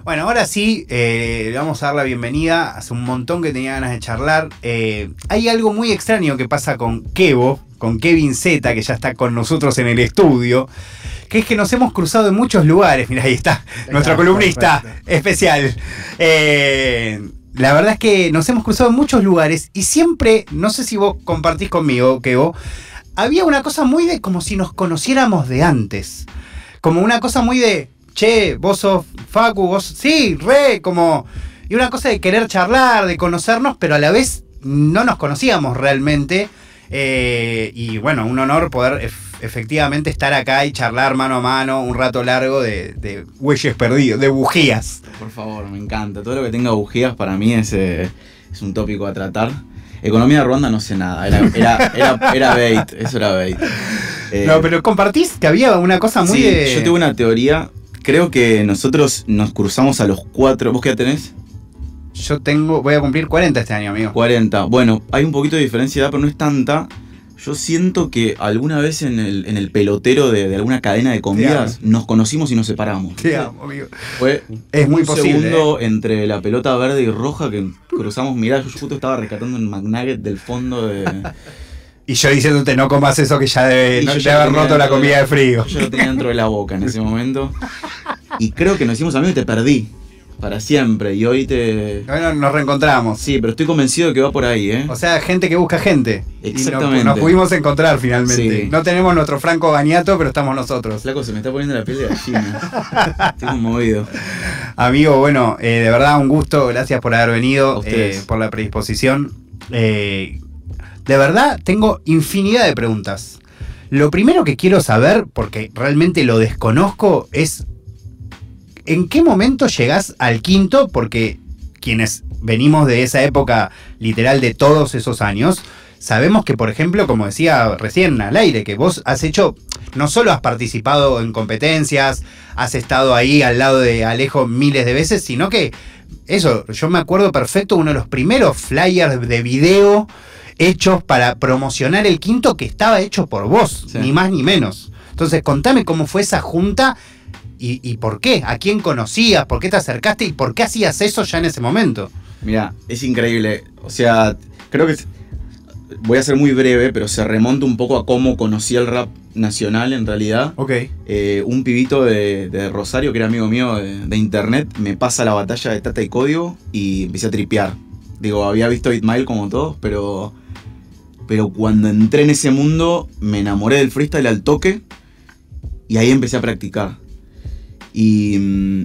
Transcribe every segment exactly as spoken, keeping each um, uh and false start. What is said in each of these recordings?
Bueno, ahora sí, eh, le vamos a dar la bienvenida. Hace un montón que tenía ganas de charlar. Eh, hay algo muy extraño que pasa con Kevo, con Kevin Z, que ya está con nosotros en el estudio, que es que nos hemos cruzado en muchos lugares. Mirá, ahí está, nuestro columnista especial. Eh, la verdad es que nos hemos cruzado en muchos lugares y siempre, no sé si vos compartís conmigo, Kevo, había una cosa muy de como si nos conociéramos de antes. Como una cosa muy de, che, vos sos Facu, vos, sí, re, como... Y una cosa de querer charlar, de conocernos, pero a la vez no nos conocíamos realmente. Eh, y bueno, un honor poder ef- efectivamente estar acá y charlar mano a mano un rato largo de, de güeyes perdidos, de bujías. Por favor, me encanta. Todo lo que tenga bujías para mí es, eh, es un tópico a tratar. Economía de Ruanda no sé nada, era, era, era, era bait, eso era bait. Eh, no, pero compartís que había una cosa muy sí, de... yo tengo una teoría, creo que nosotros nos cruzamos a los cuatro, ¿vos qué edad tenés? Yo tengo, voy a cumplir cuarenta este año, amigo. cuarenta, bueno, hay un poquito de diferencia de edad, pero no es tanta. Yo siento que alguna vez en el, en el pelotero de, de alguna cadena de comidas nos conocimos y nos separamos. Te amo, amigo. Fue es muy un posible, segundo eh. entre la pelota verde y roja que cruzamos miradas. Yo justo estaba rescatando un McNugget del fondo de... Y yo diciéndote no comas eso que ya debe, no, ya debe haber roto la comida de, de frío. Yo lo tenía dentro de la boca en ese momento. Y creo que nos hicimos amigos y te perdí. Para siempre. Y hoy te... Bueno, nos reencontramos. Sí, pero estoy convencido de que va por ahí, ¿eh? O sea, gente que busca gente. Exactamente. Y nos, nos pudimos encontrar finalmente. Sí. No tenemos nuestro Franco Bañato, pero estamos nosotros. Flaco, se me está poniendo la piel de gallina. Estoy conmovido. Amigo, bueno, eh, de verdad un gusto. Gracias por haber venido, eh, por la predisposición. Eh, de verdad, tengo infinidad de preguntas. Lo primero que quiero saber, porque realmente lo desconozco, es... ¿en qué momento llegás al quinto? Porque quienes venimos de esa época literal de todos esos años, sabemos que, por ejemplo, como decía recién al aire, que vos has hecho, no solo has participado en competencias, has estado ahí al lado de Alejo miles de veces, sino que eso, yo me acuerdo perfecto, uno de los primeros flyers de video hechos para promocionar el quinto que estaba hecho por vos, sí. Ni más ni menos. Entonces, contame cómo fue esa junta. ¿Y, ¿Y por qué? ¿A quién conocías? ¿Por qué te acercaste? ¿Y por qué hacías eso ya en ese momento? Mira, es increíble. O sea, creo que... voy a ser muy breve, pero se remonta un poco a cómo conocí el rap nacional en realidad. Ok. Eh, un pibito de, de Rosario, que era amigo mío de, de internet, me pasa la batalla de Tata y Código y empecé a tripear. Digo, había visto eight Mile como todos, pero... pero cuando entré en ese mundo me enamoré del freestyle al toque y ahí empecé a practicar. Y,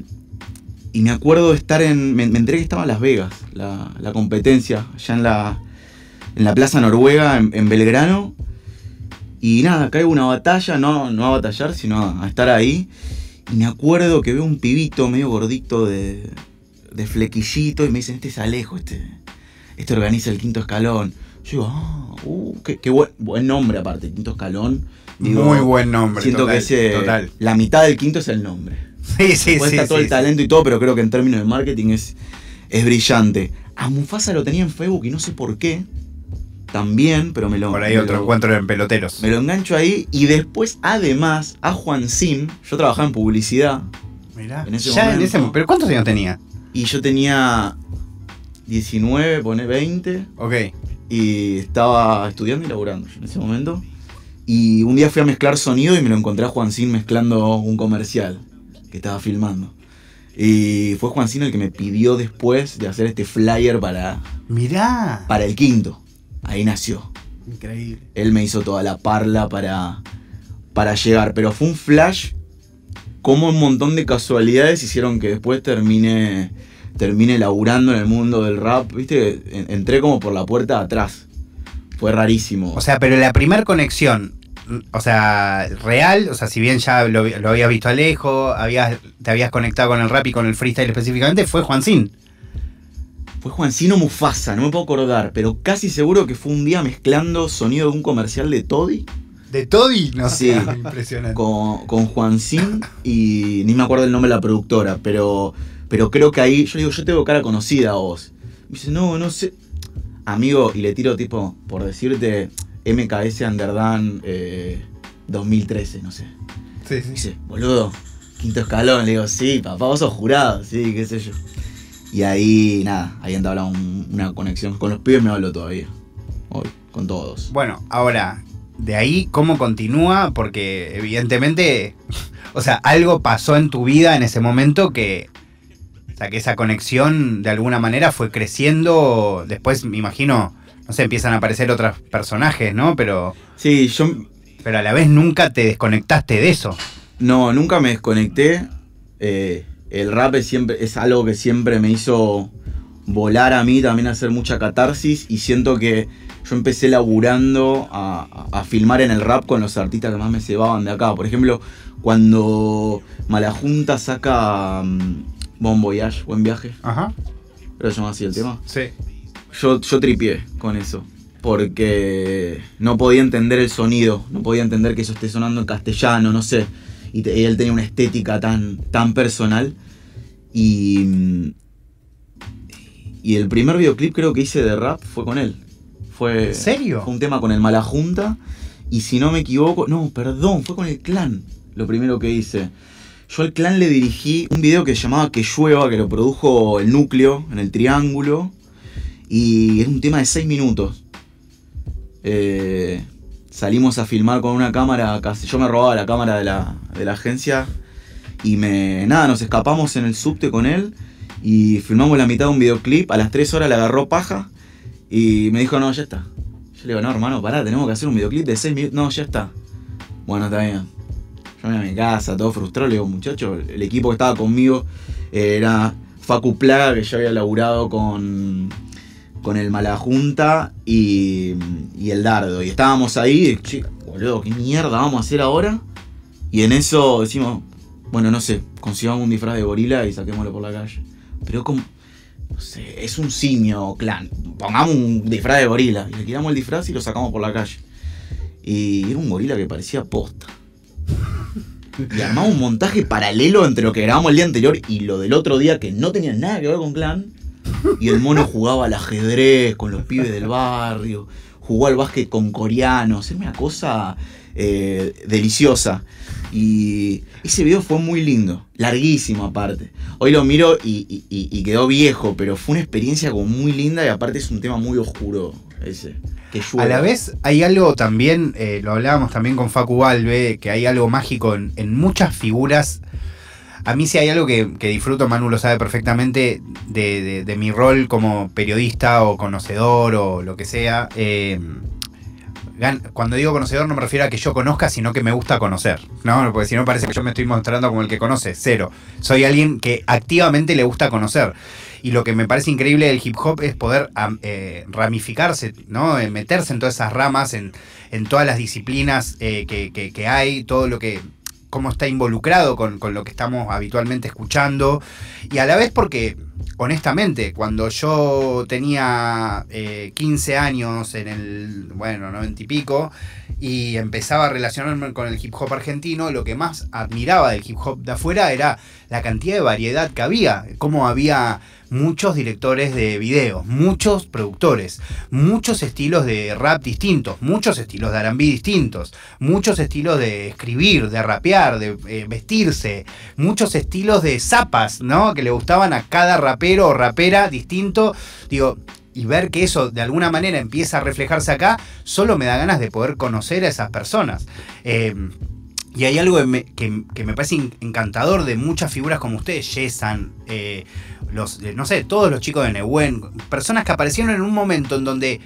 y me acuerdo de estar en... Me, me enteré que estaba en Las Vegas, la, la competencia, allá en la, en la Plaza Noruega, en, en Belgrano. Y nada, caigo una batalla, no, no a batallar, sino a, a estar ahí. Y me acuerdo que veo un pibito medio gordito de, de flequillito y me dicen, este es Alejo, este, este organiza el Quinto Escalón. Yo digo, ah, uh, qué, qué buen, buen nombre aparte, Quinto Escalón. Digo, muy buen nombre. Siento total, que ese, total. La mitad del quinto es el nombre. Sí, sí, Después sí. está todo sí, el talento sí. y todo, pero creo que en términos de marketing es, es brillante. A Mufasa lo tenía en Facebook y no sé por qué. También, pero me lo... Por ahí me otro lo, encuentro en peloteros. Me lo engancho ahí y después, además, a Juan Sim, yo trabajaba en publicidad. Mirá, en ese ya momento, en ese momento. ¿Pero cuántos años tenía? Y yo tenía diecinueve, pone veinte. Ok. Y estaba estudiando y laburando en ese momento. Y un día fui a mezclar sonido y me lo encontré a Juancín mezclando un comercial que estaba filmando. Y fue Juancín el que me pidió después de hacer este flyer para... Mirá. Para el quinto. Ahí nació. Increíble. Él me hizo toda la parla para, para llegar. Pero fue un flash como un montón de casualidades hicieron que después termine, termine laburando en el mundo del rap. ¿Viste? Entré como por la puerta de atrás. Fue rarísimo. O sea, pero la primer conexión, o sea, real, o sea, si bien ya lo, lo habías visto a Alejo, habías, te habías conectado con el rap y con el freestyle específicamente, fue Juancín. Fue Juancín o Mufasa, no me puedo acordar, pero casi seguro que fue un día mezclando sonido de un comercial de Toddy. ¿De Toddy? No sí, sé, impresionante. Con, con Juancín y ni me acuerdo el nombre de la productora, pero, pero creo que ahí, yo digo, yo tengo cara conocida a vos. Me dice, no, no sé. Amigo, y le tiro tipo, por decirte, M K S Underdan eh, dos mil trece, no sé. Sí, sí. Dice, boludo, quinto escalón. Le digo, sí, papá, vos sos jurado, sí, qué sé yo. Y ahí, nada, ahí entablamos un, una conexión. Con los pibes me hablo todavía. Hoy, con todos. Bueno, ahora, de ahí, ¿cómo continúa? Porque evidentemente, o sea, algo pasó en tu vida en ese momento que, o sea, que esa conexión de alguna manera fue creciendo. Después, me imagino, no sé, empiezan a aparecer otros personajes, ¿no? Pero, Sí, yo pero a la vez nunca te desconectaste de eso. no, nunca me desconecté. Eh, el rap es, siempre, es algo que siempre me hizo volar a mí, también hacer mucha catarsis. Y siento que yo empecé laburando a, a, a filmar en el rap con los artistas que más me cebaban de acá. Por ejemplo, cuando Malajunta saca um, Bon Voyage, Buen Viaje, Ajá. ¿pero se llama así el tema? Sí. Yo, yo tripié con eso, porque no podía entender el sonido, no podía entender que eso esté sonando en castellano, no sé. Y, te, y él tenía una estética tan, tan personal. Y, y el primer videoclip creo que hice de rap fue con él. Fue, ¿En serio? Fue un tema con el Malajunta. Y si no me equivoco, no, perdón, fue con el Clan lo primero que hice. Yo al Clan le dirigí un video que se llamaba Que Llueva, que lo produjo El Núcleo en el Triángulo. Y es un tema de seis minutos. Eh, salimos a filmar con una cámara, casi, yo me robaba la cámara de la, de la agencia. Y me nada, nos escapamos en el subte con él. Y filmamos la mitad de un videoclip. A las tres horas le agarró paja. Y me dijo, no, ya está. Yo le digo, no, hermano, pará, tenemos que hacer un videoclip de seis minutos. No, ya está. Bueno, está bien. Yo me iba a mi casa, todo frustrado. Le digo, muchacho, el equipo que estaba conmigo era Facu Plaga, que ya había laburado con... con el Malajunta y, y el Dardo. Y estábamos ahí, y, che, boludo, ¿qué mierda vamos a hacer ahora? Y en eso decimos, bueno, no sé, consigamos un disfraz de gorila y saquémoslo por la calle. Pero como, no sé, es un simio, Clan. Pongamos un disfraz de gorila. Y le quitamos el disfraz y lo sacamos por la calle. Y era un gorila que parecía posta. Y armamos un montaje paralelo entre lo que grabamos el día anterior y lo del otro día que no tenía nada que ver con Clan. Y el mono jugaba al ajedrez con los pibes del barrio, jugó al básquet con coreanos, era una cosa eh, deliciosa. Y ese video fue muy lindo, larguísimo aparte. Hoy lo miro y, y, y quedó viejo, pero fue una experiencia como muy linda y aparte es un tema muy oscuro ese. Que a la vez hay algo también, eh, lo hablábamos también con Facu Valve, que hay algo mágico en, en muchas figuras. A mí sí hay algo que, que disfruto, Manu lo sabe perfectamente, de, de, de mi rol como periodista o conocedor o lo que sea. Eh, cuando digo conocedor no me refiero a que yo conozca, sino que me gusta conocer, ¿no? Porque si no parece que yo me estoy mostrando como el que conoce, cero. Soy alguien que activamente le gusta conocer. Y lo que me parece increíble del hip hop es poder eh, ramificarse, ¿no? Eh, meterse en todas esas ramas, en, en todas las disciplinas eh, que, que, que hay, todo lo que... cómo está involucrado con, con lo que estamos habitualmente escuchando. Y a la vez porque, honestamente, cuando yo tenía eh, quince años en el, bueno, noventa y pico, y empezaba a relacionarme con el hip hop argentino, lo que más admiraba del hip hop de afuera era la cantidad de variedad que había, cómo había muchos directores de videos, muchos productores, muchos estilos de rap distintos, muchos estilos de R and B distintos, muchos estilos de escribir, de rapear, de eh, vestirse, muchos estilos de zapas, ¿no? Que le gustaban a cada rapero o rapera distinto. Digo, y ver que eso de alguna manera empieza a reflejarse acá, solo me da ganas de poder conocer a esas personas. Eh, Y hay algo que me, que, que me parece encantador de muchas figuras como ustedes, Yesan, eh, los, eh, no sé, todos los chicos de Nehuen, personas que aparecieron en un momento en donde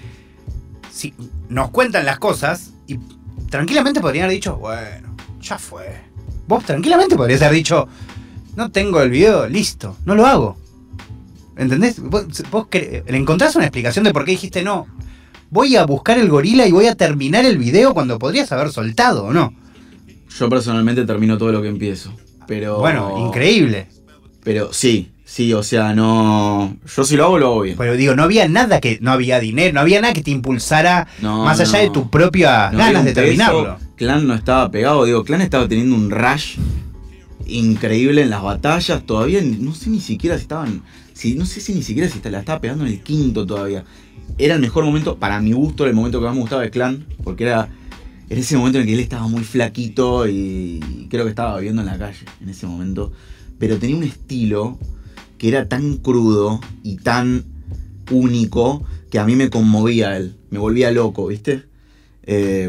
si, nos cuentan las cosas y tranquilamente podrían haber dicho, bueno, ya fue. Vos tranquilamente podrías haber dicho, no tengo el video, listo, no lo hago. ¿Entendés? Vos, vos le encontrás una explicación de por qué dijiste no. Voy a buscar el gorila y voy a terminar el video cuando podrías haber soltado, ¿o no? Yo personalmente termino todo lo que empiezo. Pero. Bueno, increíble. Pero sí, sí, o sea, no. Yo si lo hago, lo hago bien. Pero digo, no había nada que. No había dinero, no había nada que te impulsara no, más allá no. de tus propias no ganas de terminarlo. Clan no estaba pegado, digo, Clan estaba teniendo un rush increíble en las batallas. Todavía no sé ni siquiera si estaban. Si, no sé si ni siquiera si la estaba pegando en el quinto todavía. Era el mejor momento, para mi gusto, el momento que más me gustaba de Clan, porque era. en ese momento en el que él estaba muy flaquito y creo que estaba viviendo en la calle en ese momento, pero tenía un estilo que era tan crudo y tan único que a mí me conmovía él, me volvía loco, ¿viste? Eh,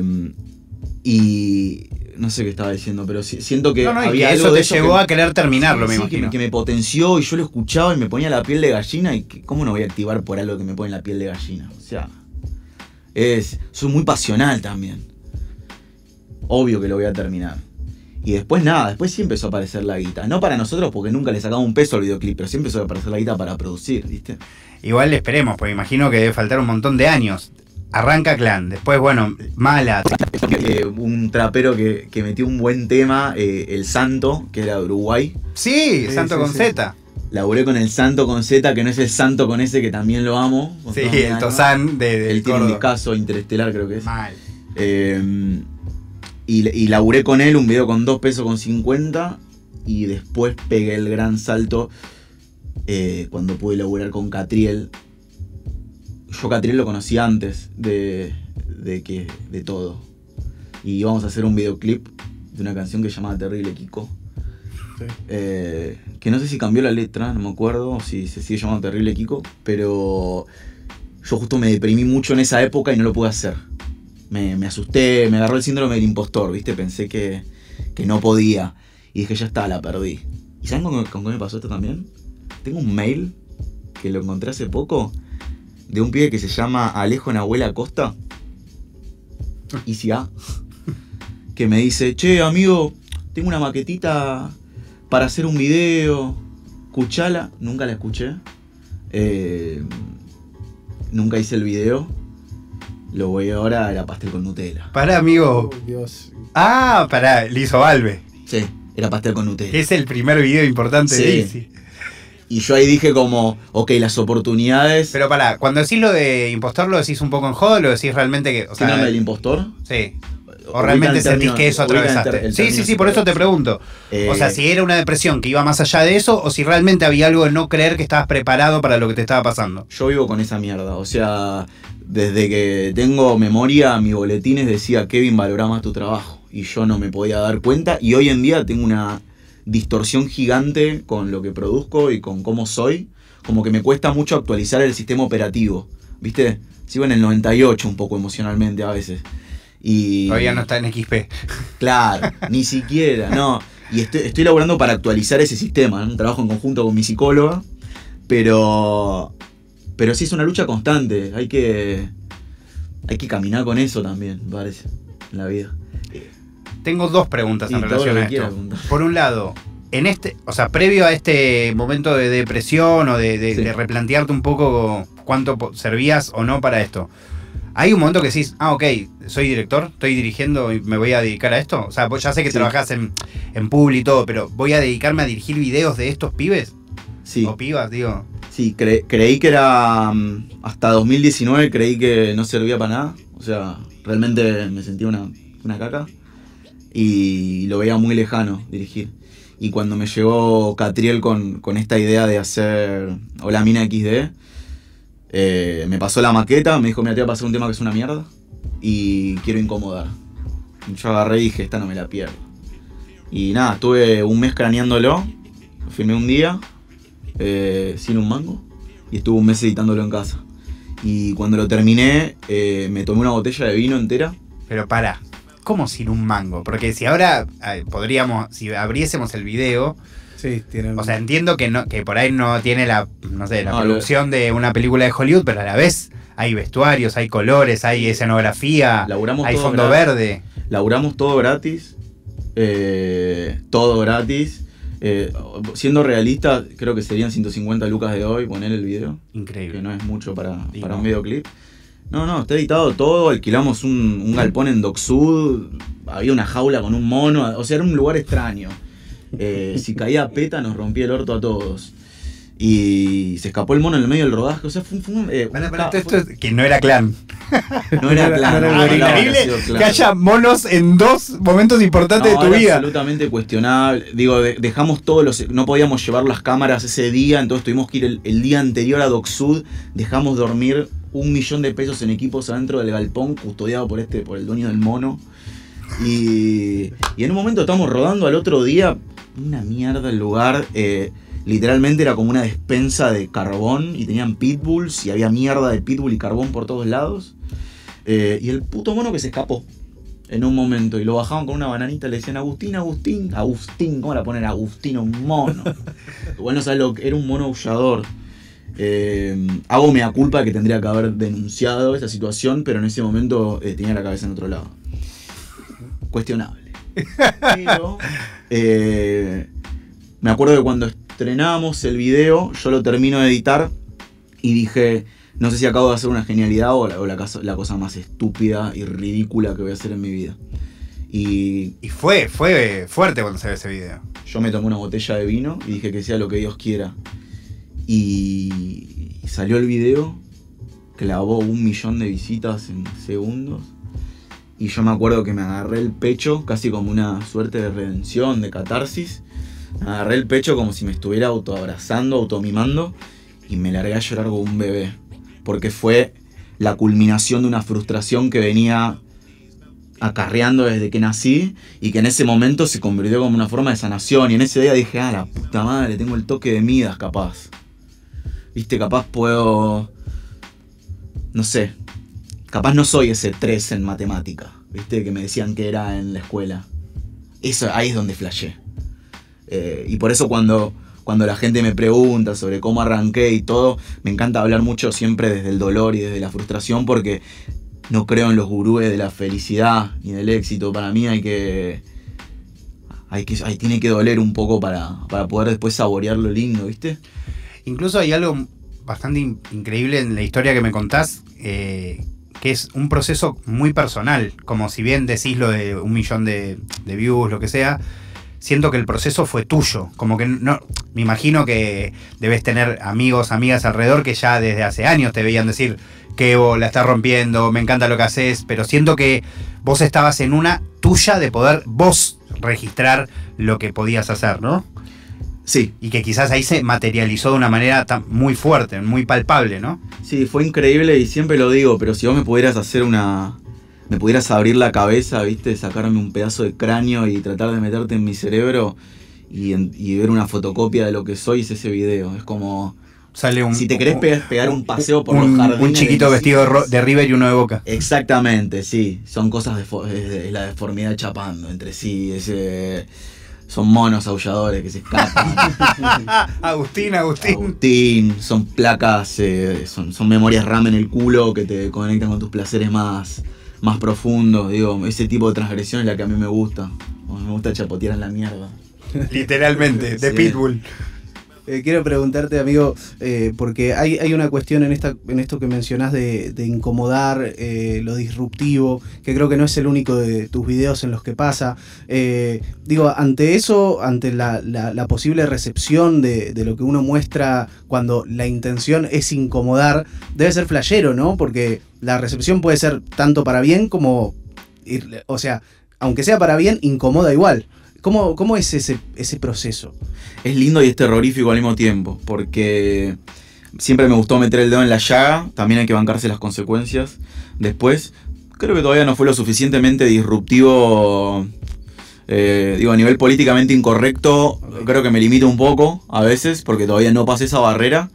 y no sé qué estaba diciendo, pero siento que no, no, había que algo eso de te eso llevó que, a querer terminarlo, sí, me sí, imagino. Que, que me potenció y yo lo escuchaba y me ponía la piel de gallina y que, ¿cómo no voy a activar por algo que me pone la piel de gallina? O sea, es, soy muy pasional también. Obvio que lo voy a terminar. Y después nada, después sí empezó a aparecer la guita. No para nosotros porque nunca le sacamos un peso al videoclip, pero sí empezó a aparecer la guita para producir, ¿viste? Igual le esperemos, porque imagino que debe faltar un montón de años. Arranca Clan, después, bueno, Mala. Eh, un trapero que, que metió un buen tema, eh, El Santo, que era de Uruguay. Sí, Sí, Santo sí, con sí. Z. Laburé con el Santo con Z, que no es el Santo con ese, que también lo amo. Sí, Con todo mi el alma. Tozán de, de Él tiene un Córdoba. discazo interestelar, creo que es. Mal. Eh, y, y laburé con él un video con dos pesos con cincuenta. Y después pegué el gran salto eh, cuando pude laburar con Catriel. Yo Catriel lo conocí antes de, de, que, de todo. Y íbamos a hacer un videoclip de una canción que se llamaba Terrible Kiko. Sí. Eh, que no sé si cambió la letra, no me acuerdo, o si se sigue llamando Terrible Kiko, pero yo justo me deprimí mucho en esa época y no lo pude hacer. Me, me asusté, me agarró el síndrome del impostor, ¿viste? Pensé que, que no podía. Y dije, ya está, la perdí. ¿Y saben con, con qué me pasó esto también? Tengo un mail que lo encontré hace poco de un pibe que se llama Alejo Nahuel Acosta, I C A, que me dice, che, amigo, tengo una maquetita para hacer un video, escuchala. Nunca la escuché, eh, nunca hice el video, lo voy ahora a la pastel con Nutella. Pará, amigo. Oh, Dios. Ah, pará, le hizo Valve. Sí, era pastel con Nutella. Es el primer video importante Sí. de Easy. Y yo ahí dije como, ok, las oportunidades... Pero pará, cuando decís lo de impostor, ¿lo decís un poco en joda o lo decís realmente que...? O sea, ¿Síndrome del impostor? sí. O Ubican realmente el sentís término- que eso ubican el ter- atravesaste. el Sí, sí, término sí, por eso te psicológico. pregunto. Eh, O sea, si era una depresión que iba más allá de eso, o si realmente había algo de no creer que estabas preparado para lo que te estaba pasando. Yo vivo con esa mierda, o sea, desde que tengo memoria, mis boletines decía, Kevin, valora más tu trabajo. Y yo no me podía dar cuenta, y hoy en día tengo una distorsión gigante con lo que produzco y con cómo soy, como que me cuesta mucho actualizar el sistema operativo, ¿viste? Sigo en el noventa y ocho un poco emocionalmente a veces. Y Todavía no está en X P. claro, ni siquiera, no. Y estoy, estoy laburando para actualizar ese sistema, ¿no? Un trabajo en conjunto con mi psicóloga, pero pero sí es una lucha constante, hay que hay que caminar con eso también, me parece, en la vida. Tengo dos preguntas Sí, en todo relación lo a que quieras esto. preguntar. Por un lado, en este, o sea, previo a este momento de depresión o de, de- Sí. de replantearte un poco cuánto po- servías o no para esto, ¿hay un momento que decís, ah, ok, soy director, estoy dirigiendo y me voy a dedicar a esto? O sea, vos ya sé que Sí. trabajás en, en Publi y todo, pero ¿voy a dedicarme a dirigir videos de estos pibes? Sí, O pibas, digo. sí, cre- creí que era mm, hasta dos mil diecinueve creí que no servía para nada, o sea, realmente me sentía una, una caca y lo veía muy lejano dirigir. Y cuando me llegó Catriel con, con esta idea de hacer Hola Mina equis de, eh, me pasó la maqueta, me dijo, mira, te voy a pasar un tema que es una mierda y quiero incomodar. Y yo agarré y dije, esta no me la pierdo. Y nada, estuve un mes craneándolo, lo filmé un día, eh, sin un mango, y estuve un mes editándolo en casa. Y cuando lo terminé, eh, me tomé una botella de vino entera. Pero para, ¿cómo sin un mango? Porque si ahora eh, podríamos, si abriésemos el video, Sí, tienen. o sea, entiendo que no, que por ahí no tiene la, no sé, la No, producción de una película de Hollywood, pero a la vez hay vestuarios, hay colores, hay escenografía, Laburamos hay todo fondo gratis. verde. Laburamos todo gratis, eh, todo gratis. Eh, siendo realista, creo que serían ciento cincuenta lucas de hoy poner el video, Increíble. que no es mucho para, Y para no. un videoclip. No, no, está editado todo, alquilamos un, un galpón en Dock Sud, había una jaula con un mono, o sea, era un lugar extraño. Eh, si caía peta nos rompía el orto a todos. Y se escapó el mono en el medio del rodaje, o sea, fue, fue un... eh, Pará, un pará, ca- esto, esto es que no era Clan. no era no claro, era no, no, no, Increíble habrá sido Clan. que haya monos en dos momentos importantes No, de tu era vida. absolutamente cuestionable. Digo, de- dejamos todos los... No podíamos llevar las cámaras ese día, entonces tuvimos que ir el, el día anterior a Dock Sud, dejamos dormir un millón de pesos en equipos adentro del galpón, custodiado por este, por el dueño del mono. Y, y en un momento estamos rodando, al otro día, una mierda el lugar. Eh, literalmente era como una despensa de carbón y tenían pitbulls y había mierda de pitbull y carbón por todos lados. Eh, y el puto mono que se escapó en un momento y lo bajaban con una bananita, le decían Agustín, Agustín, Agustín, ¿cómo la ponen Agustín a un mono? Igual no sabes lo que era, un mono aullador. Eh, hago mea culpa que tendría que haber denunciado esa situación, pero en ese momento eh, tenía la cabeza en otro lado. Cuestionable. Pero eh, me acuerdo que cuando estrenamos el video, yo lo termino de editar y dije, no sé si acabo de hacer una genialidad o la, o la, la cosa más estúpida y ridícula que voy a hacer en mi vida. Y, y fue, fue fuerte cuando se ve ese video. Yo me tomé una botella de vino y dije que sea lo que Dios quiera. Y salió el video, clavó un millón de visitas en segundos. Y yo me acuerdo que me agarré el pecho, casi como una suerte de redención, de catarsis. Me agarré el pecho como si me estuviera autoabrazando, automimando. Y me largué a llorar como un bebé. Porque fue la culminación de una frustración que venía acarreando desde que nací. Y que en ese momento se convirtió como una forma de sanación. Y en ese día dije, ah, la puta madre, tengo el toque de Midas capaz. Viste, capaz puedo... No sé. Capaz no soy ese tres en matemática. Viste, que me decían que era en la escuela. Eso, ahí es donde flashé. Eh, y por eso cuando, cuando la gente me pregunta sobre cómo arranqué y todo, me encanta hablar mucho siempre desde el dolor y desde la frustración, porque no creo en los gurúes de la felicidad ni del éxito. Para mí hay que... Hay que hay, tiene que doler un poco para, para poder después saborear lo lindo, ¿viste? Incluso hay algo bastante in- increíble en la historia que me contás, eh, que es un proceso muy personal. Como si bien decís lo de un millón de, de views, lo que sea, siento que el proceso fue tuyo. Como que no, me imagino que debes tener amigos, amigas alrededor que ya desde hace años te veían decir que vos la estás rompiendo, me encanta lo que haces, pero siento que vos estabas en una tuya de poder vos registrar lo que podías hacer, ¿no? Sí. Y que quizás ahí se materializó de una manera tan, muy fuerte, muy palpable, ¿no? Sí, fue increíble y siempre lo digo, pero si vos me pudieras hacer una... Me pudieras abrir la cabeza, ¿viste? Sacarme un pedazo de cráneo y tratar de meterte en mi cerebro y, en, y ver una fotocopia de lo que soy, es ese video. Es como... Sale un, si te querés pegar, pegar un paseo por un, los jardines... Un chiquito vestido de, ro- de River y uno de Boca. Exactamente, sí. Son cosas de... Es la deformidad chapando entre sí, ese... Son monos aulladores que se escapan. Agustín, Agustín. Agustín, son placas, eh, son, son memorias RAM en el culo que te conectan con tus placeres más, más profundos. Digo, ese tipo de transgresión es la que a mí me gusta. Me gusta chapotear en la mierda. Literalmente, de sí. Pitbull. Eh, quiero preguntarte, amigo, eh, porque hay, hay una cuestión en esta en esto que mencionás de, de incomodar, eh, lo disruptivo, que creo que no es el único de tus videos en los que pasa. Eh, digo, ante eso, ante la, la, la posible recepción de, de lo que uno muestra cuando la intención es incomodar, debe ser flashero, ¿no? Porque la recepción puede ser tanto para bien como... O sea, aunque sea para bien, incomoda igual. ¿Cómo, cómo es ese, ese proceso? Es lindo y es terrorífico al mismo tiempo, porque siempre me gustó meter el dedo en la llaga, también hay que bancarse las consecuencias. Después, creo que todavía no fue lo suficientemente disruptivo, eh, digo, a nivel políticamente incorrecto, creo que me limito un poco a veces, porque todavía no pasé esa barrera,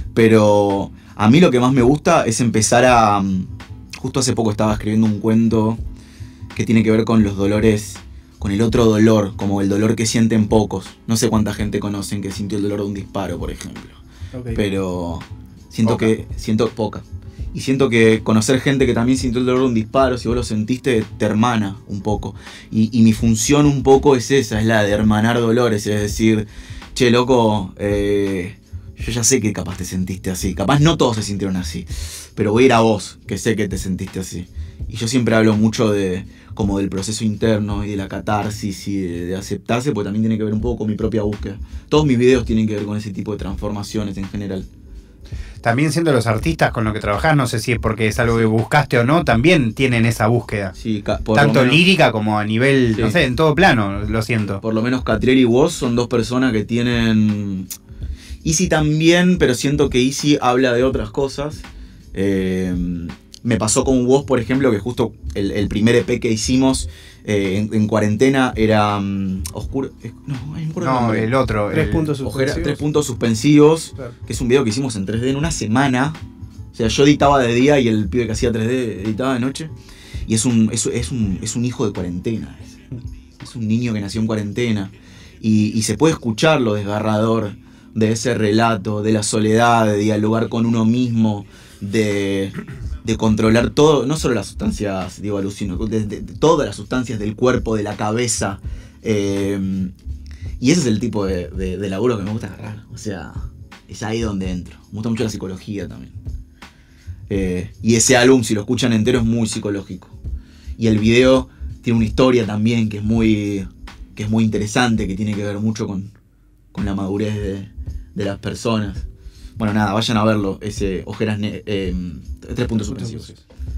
pero a mí lo que más me gusta es empezar a... Justo hace poco estaba escribiendo un cuento que tiene que ver con los dolores... con el otro dolor, como el dolor que sienten pocos. No sé cuánta gente conocen que sintió el dolor de un disparo, por ejemplo. Okay. Pero siento poca. que... Siento poca. Y siento que conocer gente que también sintió el dolor de un disparo, si vos lo sentiste, te hermana un poco. Y, y mi función un poco es esa, es la de hermanar dolores. Es decir, che, loco, eh, yo ya sé que capaz te sentiste así. Capaz no todos se sintieron así. Pero voy a ir a vos, que sé que te sentiste así. Y yo siempre hablo mucho de... como del proceso interno y de la catarsis y de, de aceptarse, porque también tiene que ver un poco con mi propia búsqueda. Todos mis videos tienen que ver con ese tipo de transformaciones en general. También siendo los artistas con los que trabajás, no sé si es porque es algo que buscaste o no, también tienen esa búsqueda. Sí, por tanto menos, lírica como a nivel, sí. no sé, en todo plano, lo siento. Por lo menos Catriel y vos son dos personas que tienen... Easy también, pero siento que Easy habla de otras cosas. Eh, me pasó con vos, por ejemplo, que justo el, el primer E P que hicimos eh, en, en cuarentena era um, Oscuro. Eh, no, hay un No, el otro. Tres el- puntos Ojera- suspensivos. tres puntos suspensivos, Claro. que es un video que hicimos en tres D en una semana. O sea, yo editaba de día y el pibe que hacía tres D editaba de noche. Y es un, es, es un, es un hijo de cuarentena. Es, es un niño que nació en cuarentena. Y, y se puede escuchar lo desgarrador de ese relato, de la soledad, de dialogar con uno mismo, de, de controlar todo, no solo las sustancias, digo, alucino, de, de- de todas las sustancias del cuerpo, de la cabeza. Eh, y ese es el tipo de, de, de laburo que me gusta agarrar. O sea, es ahí donde entro. Me gusta mucho la psicología también. Eh, y ese álbum, si lo escuchan entero, es muy psicológico. Y el video tiene una historia también que es muy, que es muy interesante, que tiene que ver mucho con, con la madurez de, de las personas. Bueno, nada, vayan a verlo, ese Ojeras ne- eh, tres puntos suspensivos.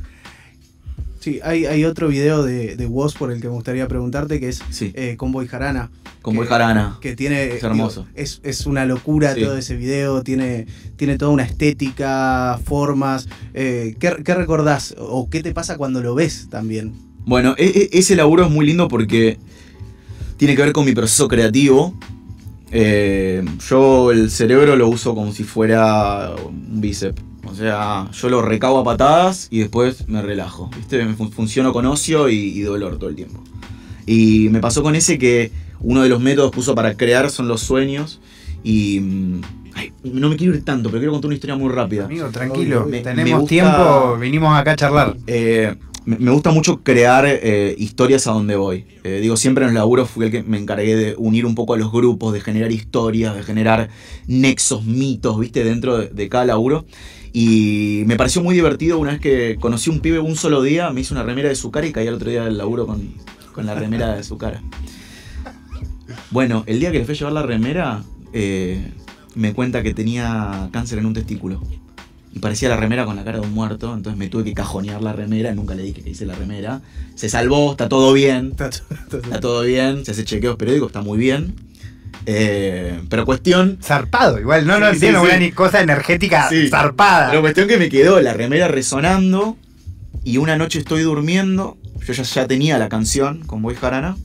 Sí, hay, hay otro video de, de Woz por el que me gustaría preguntarte, que es Sí, eh, Convoy Jarana. con Boy que- Jarana. Que tiene. Es hermoso. digo, es, es una locura Sí. todo ese video. Tiene, tiene toda una estética, formas. Eh, ¿qué, ¿Qué recordás? ¿O qué te pasa cuando lo ves también? Bueno, e- e- ese laburo es muy lindo porque tiene que ver con mi proceso creativo. Eh, yo el cerebro lo uso como si fuera un bíceps. O sea, yo lo recabo a patadas y después me relajo. ¿Viste? Me fun- funciono con ocio y, y dolor todo el tiempo. Y me pasó con ese que uno de los métodos que uso para crear son los sueños. Y mm, ay, no me quiero ir tanto, pero quiero contar una historia muy rápida. Amigo, tranquilo. Me- me Tenemos gusta- tiempo, vinimos acá a charlar. Eh, me me gusta mucho crear eh, historias a donde voy. Eh, digo, siempre en los laburos fui el que me encargué de unir un poco a los grupos, de generar historias, de generar nexos, mitos, ¿viste? Dentro de, de cada laburo. Y me pareció muy divertido una vez que conocí a un pibe un solo día, me hizo una remera de su cara y caí al otro día del laburo con, con la remera de su cara. Bueno, el día que le fui a llevar la remera, eh, me cuenta que tenía cáncer en un testículo. Y parecía la remera con la cara de un muerto, entonces me tuve que cajonear la remera, nunca le dije que hice la remera. Se salvó, está todo bien, está todo bien, se hace chequeos periódicos, está muy bien. Eh, pero cuestión, Zarpado, igual, no, no Sí, entiendo sí, una sí. ni cosa energética Sí. zarpada. pero cuestión que me quedó la remera resonando y una noche estoy durmiendo, yo ya, ya tenía la canción con Boy Jarana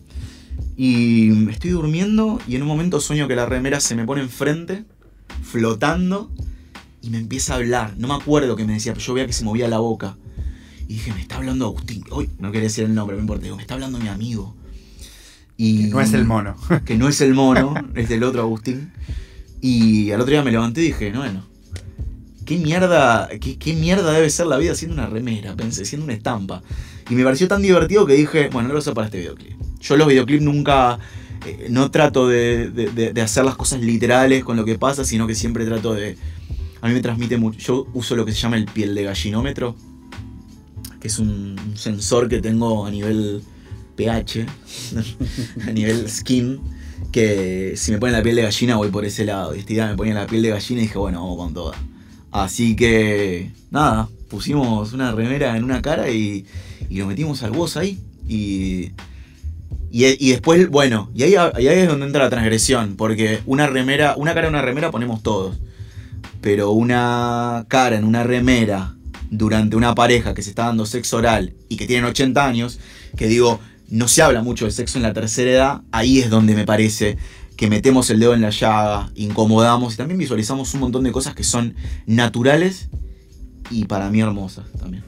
y estoy durmiendo y en un momento sueño que la remera se me pone enfrente, flotando y me empieza a hablar. No me acuerdo qué me decía, pero yo veía que se movía la boca. Y dije, me está hablando Agustín. Uy, no quería decir el nombre, no me importa. Digo, me está hablando mi amigo. Y No es el mono. que no es el mono, es del otro Agustín. Y al otro día me levanté y dije, no, bueno, ¿qué mierda, qué, qué mierda debe ser la vida siendo una remera? Pensé, siendo una estampa. Y me pareció tan divertido que dije, bueno, no lo uso para este videoclip. Yo los videoclips nunca, eh, no trato de, de, de, de hacer las cosas literales con lo que pasa, sino que siempre trato de... A mí me transmite mucho. Yo uso lo que se llama el piel de gallinómetro, que es un, un sensor que tengo a nivel pH, a nivel skin, que si me ponen la piel de gallina voy por ese lado. Y este día me ponían la piel de gallina y dije, bueno, vamos con toda. Así que, nada, pusimos una remera en una cara y, y lo metimos al boss ahí. Y, y, y después, bueno, y ahí, y ahí es donde entra la transgresión, porque una remera, una cara en una remera ponemos todos. Pero una cara en una remera durante una pareja que se está dando sexo oral y que tienen ochenta años, que digo, no se habla mucho de sexo en la tercera edad, ahí es donde me parece que metemos el dedo en la llaga, incomodamos y también visualizamos un montón de cosas que son naturales y para mí hermosas también.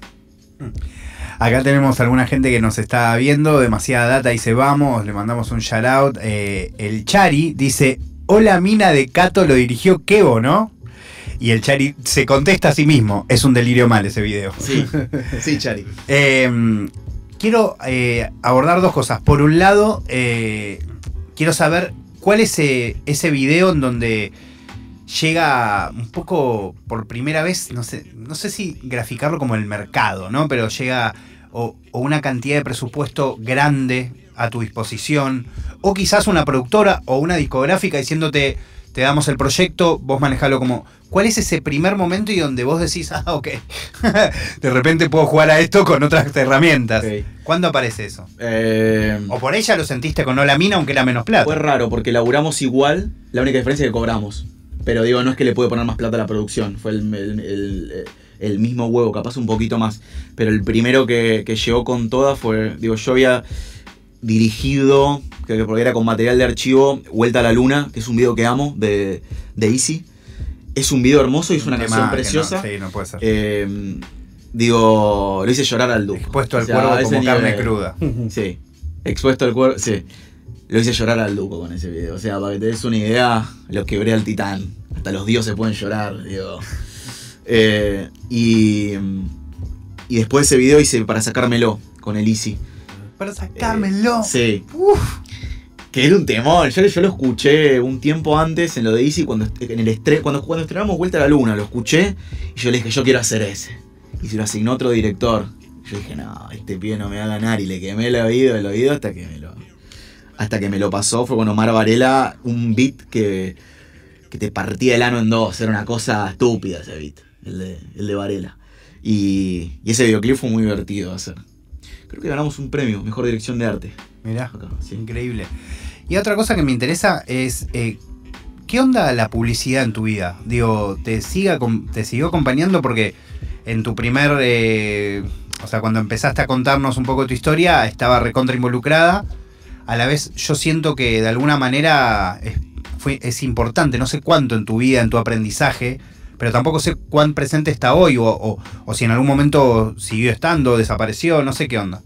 Acá tenemos alguna gente que nos está viendo, demasiada data, dice vamos, le mandamos un shout out. Eh, el Chari dice, hola mina de Cato, lo dirigió Kevo, ¿no? Y el Chari se contesta a sí mismo, es un delirio mal ese video. Sí, sí, Chari. Eh, quiero eh, abordar dos cosas. Por un lado, eh, quiero saber cuál es ese, ese video en donde llega un poco por primera vez, no sé, no sé si graficarlo como el mercado, ¿no? Pero llega o, o una cantidad de presupuesto grande a tu disposición, o quizás una productora o una discográfica diciéndote, te damos el proyecto, vos manejalo como... ¿Cuál es ese primer momento y donde vos decís, ah, ok, de repente puedo jugar a esto con otras herramientas? Okay. ¿Cuándo aparece eso? Eh, O por ella lo sentiste con Hola Mina, aunque era menos plata. Fue raro porque laburamos igual, la única diferencia es que cobramos. Pero digo, no es que le puede poner más plata a la producción. Fue el, el, el, el mismo huevo, capaz un poquito más. Pero el primero que, que llegó con toda fue, digo, yo había dirigido, que porque era con material de archivo, Vuelta a la Luna, que es un video que amo, de, de Easy. Es un video hermoso y es una Un canción tema que preciosa. No, sí, no puede ser. Eh, digo, lo hice llorar al Duco. Expuesto al O sea, cuervo a ese como carne nivel. cruda. Sí, expuesto al cuervo, sí. Lo hice llorar al Duco con ese video. O sea, para que te des una idea, lo quebré al titán. Hasta los dioses pueden llorar, digo. Eh, y, y después de ese video hice Para Sacármelo con el Easy. Para sacármelo. Eh, sí. Uf. Que era un temor. Yo, yo lo escuché un tiempo antes en lo de Easy, cuando, en el estre cuando, cuando estrenamos Vuelta a la Luna. Lo escuché y yo le dije, yo quiero hacer ese. Y se lo asignó otro director. Yo dije, no, este pibe no me va a ganar. Y le quemé el oído, el oído hasta que me lo... Hasta que me lo pasó, fue con Omar Varela, un beat que, que te partía el ano en dos. Era una cosa estúpida ese beat, el de, el de Varela. Y, y ese videoclip fue muy divertido de hacer. Creo que ganamos un premio, Mejor Dirección de Arte. Mirá, Acá, sí. increíble. Y otra cosa que me interesa es, eh, ¿qué onda la publicidad en tu vida? Digo, ¿te, siga, te siguió acompañando? Porque en tu primer... Eh, o sea, cuando empezaste a contarnos un poco tu historia, estaba recontra involucrada. A la vez yo siento que de alguna manera es, fue, es importante, no sé cuánto en tu vida, en tu aprendizaje, pero tampoco sé cuán presente está hoy o, o, o si en algún momento siguió estando, desapareció, no sé qué onda.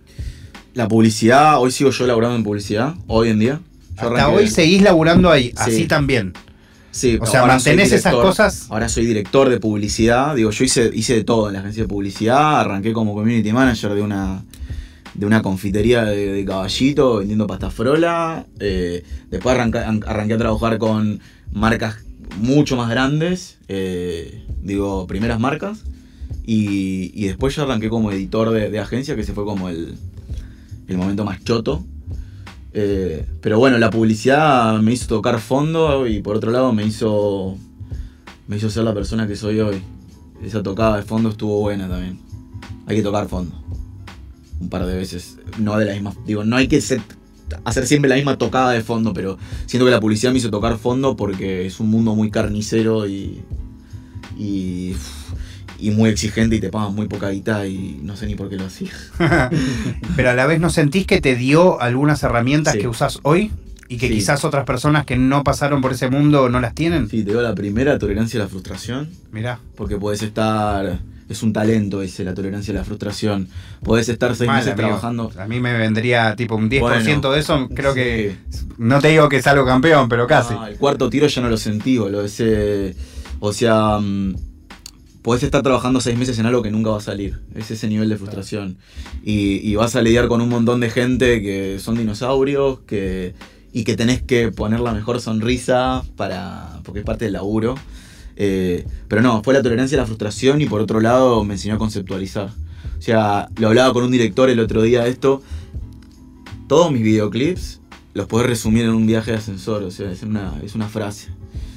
La publicidad, hoy sigo yo laburando en publicidad, hoy en día. Yo Hasta hoy seguís laburando ahí, Sí. así también. Sí, O sea, ahora soy mantenés esas director- cosas. Ahora soy director de publicidad. Digo, yo hice, hice de todo en la agencia de publicidad. Arranqué como community manager de una, de una confitería de, de Caballito vendiendo pasta frola. Eh, después arranqué, arranqué a trabajar con marcas mucho más grandes. Eh, digo, primeras marcas. Y, y después ya arranqué como editor de, de agencia, que ese fue como el, el momento más choto. Eh, pero bueno, la publicidad me hizo tocar fondo y por otro lado me hizo me hizo ser la persona que soy hoy. Esa tocada de fondo estuvo buena también. Hay que tocar fondo un par de veces, no de la misma, digo, no hay que ser, hacer siempre la misma tocada de fondo, pero siento que la publicidad me hizo tocar fondo porque es un mundo muy carnicero y y, y muy exigente y te pagan muy poca guita y no sé ni por qué lo hacía. Pero a la vez no sentís que te dio algunas herramientas Sí. que usás hoy y que Sí. quizás otras personas que no pasaron por ese mundo no las tienen. Sí, te digo la primera, tolerancia a la frustración. Mirá. Porque podés estar, es un talento ese, la tolerancia a la frustración. Podés estar seis Mal, meses amigo. trabajando. A mí me vendría tipo un diez por ciento Bueno, de eso, creo sí. que... No te digo que salgo campeón, pero casi. Ah, el cuarto tiro ya no lo sentí, boludo. Ese, o sea, mm, podés estar trabajando seis meses en algo que nunca va a salir. Es ese nivel de frustración. Y, y vas a lidiar con un montón de gente que son dinosaurios, que, y que tenés que poner la mejor sonrisa para, porque es parte del laburo. Eh, pero no, fue la tolerancia a la frustración y por otro lado me enseñó a conceptualizar. O sea, lo hablaba con un director el otro día de esto. Todos mis videoclips los podés resumir en un viaje de ascensor, o sea, es una, es una frase.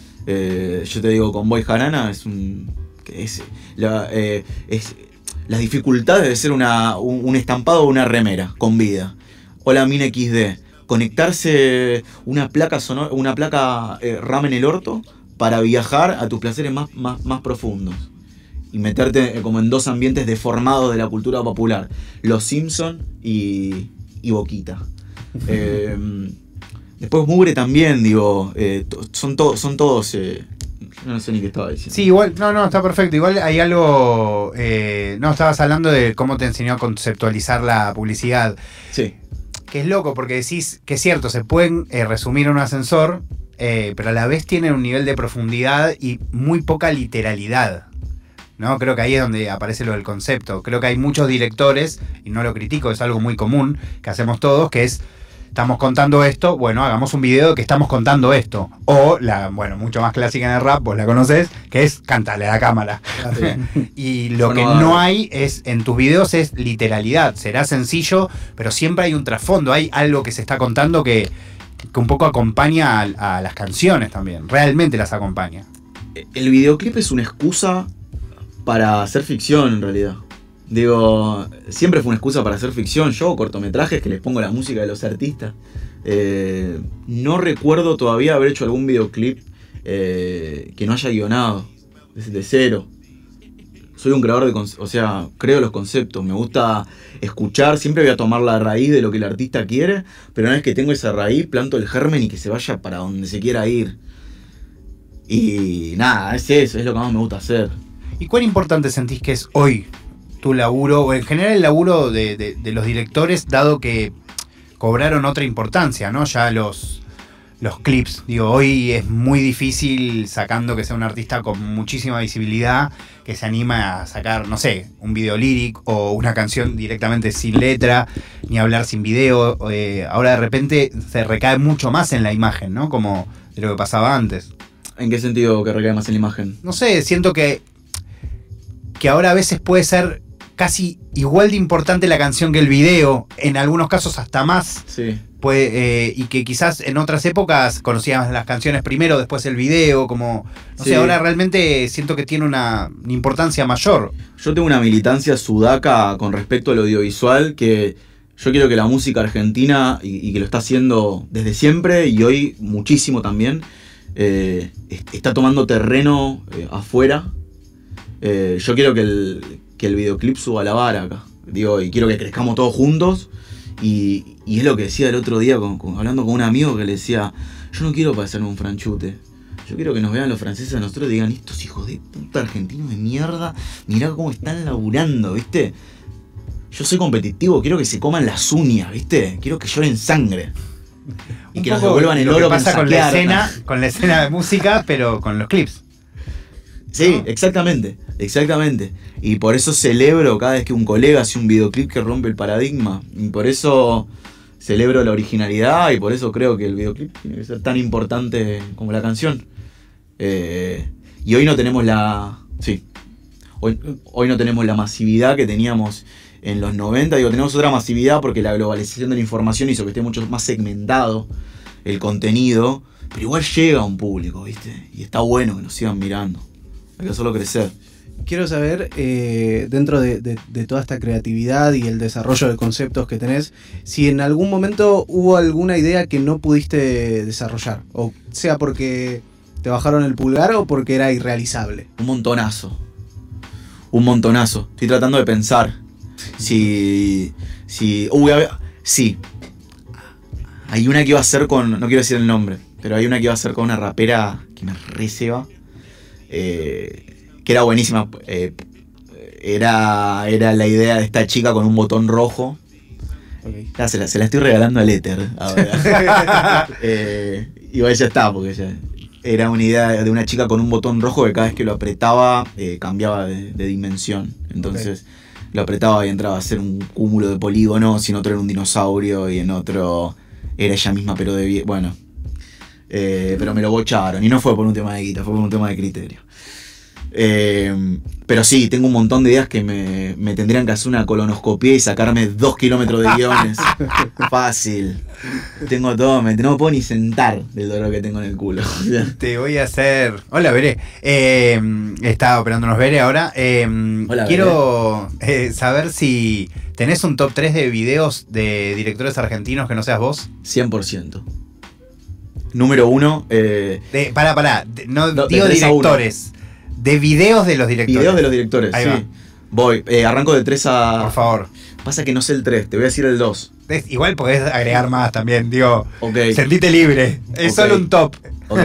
Eh, yo te digo, Convoy Jarana es un... que es, la, eh, es las dificultades de ser una, un, un estampado o una remera con vida. O la Mina equis de, conectarse una placa, sonor, una placa eh, RAM en el orto para viajar a tus placeres más, más, más profundos. Y meterte como en dos ambientes deformados de la cultura popular. Los Simpson y, y Boquita. Eh, después Mugre también, digo, eh, to- son, to son todos... Eh, no sé ni qué estaba diciendo. Sí, igual, no, no, está perfecto. Igual hay algo... Eh, no, estabas hablando de cómo te enseñó a conceptualizar la publicidad. Sí. Que es loco, porque decís que es cierto, se pueden eh, resumir en un ascensor, eh, pero a la vez tienen un nivel de profundidad y muy poca literalidad. ¿No? Creo que ahí es donde aparece lo del concepto. Creo que hay muchos directores, y no lo critico, es algo muy común que hacemos todos, que es, estamos contando esto, bueno, hagamos un video de que estamos contando esto. O, la bueno, mucho más clásica en el rap, vos la conocés, que es cantarle a la cámara. Y lo que no hay es, en tus videos es literalidad. Será sencillo, pero siempre hay un trasfondo, hay algo que se está contando que, que un poco acompaña a, a las canciones también, realmente las acompaña. El videoclip es una excusa para hacer ficción, en realidad. Digo, siempre fue una excusa para hacer ficción. Yo hago cortometrajes que les pongo la música de los artistas. Eh, no recuerdo todavía haber hecho algún videoclip eh, que no haya guionado, desde cero. Soy soy un creador de conceptos, o sea, creo los conceptos, me gusta escuchar, siempre voy a tomar la raíz de lo que el artista quiere, pero una vez que tengo esa raíz, planto el germen y que se vaya para donde se quiera ir. Y nada, es eso, es lo que más me gusta hacer. ¿Y cuán importante sentís que es hoy tu laburo, o en general el laburo de, de, de los directores, dado que cobraron otra importancia, ¿no? Ya los, los clips, digo, hoy es muy difícil, sacando que sea un artista con muchísima visibilidad, que se anima a sacar, no sé, un video lírico o una canción directamente sin letra, ni hablar sin video. Eh, ahora de repente se recae mucho más en la imagen, ¿no? Como de lo que pasaba antes. ¿En qué sentido que recae más en la imagen? No sé, siento que, que ahora a veces puede ser casi igual de importante la canción que el video, en algunos casos hasta más. Sí. Puede, eh, y que quizás en otras épocas conocíamos las canciones primero, después el video, como... No Sí. sé, ahora realmente siento que tiene una importancia mayor. Yo tengo una militancia sudaca con respecto al audiovisual, que yo quiero que la música argentina, y, y que lo está haciendo desde siempre, y hoy muchísimo también, eh, est- está tomando terreno eh, afuera. Eh, yo quiero que el, que el videoclip suba la vara acá. Digo, y quiero que crezcamos todos juntos. Y, y es lo que decía el otro día, con, con- hablando con un amigo que le decía, yo no quiero parecerme un franchute. Yo quiero que nos vean los franceses a nosotros y digan, estos hijos de puta argentinos de mierda, mirá cómo están laburando, ¿viste? Yo soy competitivo, quiero que se coman las uñas, ¿viste? Quiero que lloren sangre. Y Un que nos poco devuelvan el lo oro que que pasa nos con la saquearon. escena, con la escena de música, pero con los clips. Sí, exactamente, exactamente. Y por eso celebro cada vez que un colega hace un videoclip que rompe el paradigma. Y por eso celebro la originalidad y por eso creo que el videoclip tiene que ser tan importante como la canción. Eh, y hoy no tenemos la... Sí. Hoy, hoy no tenemos la masividad que teníamos en los noventa. Digo, tenemos otra masividad porque la globalización de la información hizo que esté mucho más segmentado el contenido. Pero igual llega a un público, ¿viste? Y está bueno que nos sigan mirando. Hay que hacerlo crecer. Quiero saber, eh, dentro de, de- de toda esta creatividad y el desarrollo de conceptos que tenés, si en algún momento hubo alguna idea que no pudiste desarrollar, o sea porque te bajaron el pulgar o porque era irrealizable. Un montonazo. Un montonazo. Estoy tratando de pensar. Si... Si... Uy, a ver, sí. Hay una que iba a hacer con... No quiero decir el nombre. Pero hay una que iba a hacer con una rapera que me receba. Eh, que era buenísima. Eh, era, era la idea de esta chica con un botón rojo. Okay. Ah, se, la, se la estoy regalando al éter ahora. eh, igual ya está, porque ya era una idea de una chica con un botón rojo que cada vez que lo apretaba eh, cambiaba de, de dimensión. Entonces okay. lo apretaba y entraba a ser un cúmulo de polígonos, y en otro era un dinosaurio, y en otro era ella misma, pero de vie- bueno. Eh, pero me lo bocharon, y no fue por un tema de guita, fue por un tema de criterio. Eh, pero sí, tengo un montón de ideas que me, me tendrían que hacer una colonoscopia y sacarme dos kilómetros de guiones. Fácil. Tengo todo, me, no me puedo ni sentar del dolor que tengo en el culo. Te voy a hacer... Hola, Veré. Eh, está operándonos Veré ahora. Eh, Hola, quiero eh, saber si tenés un top tres de videos de directores argentinos que no seas vos. cien por ciento. Número uno. Eh, De, pará, pará. de- no, No, de digo tres a uno. directores. De videos de los directores. videos de los directores, Ahí sí. va. Voy, eh, arranco de tres a... Por favor. Pasa que no sé el tres, te voy a decir el dos. Es- igual podés agregar más también. Digo, Ok. sentite libre. Es Ok. solo un top. Ok.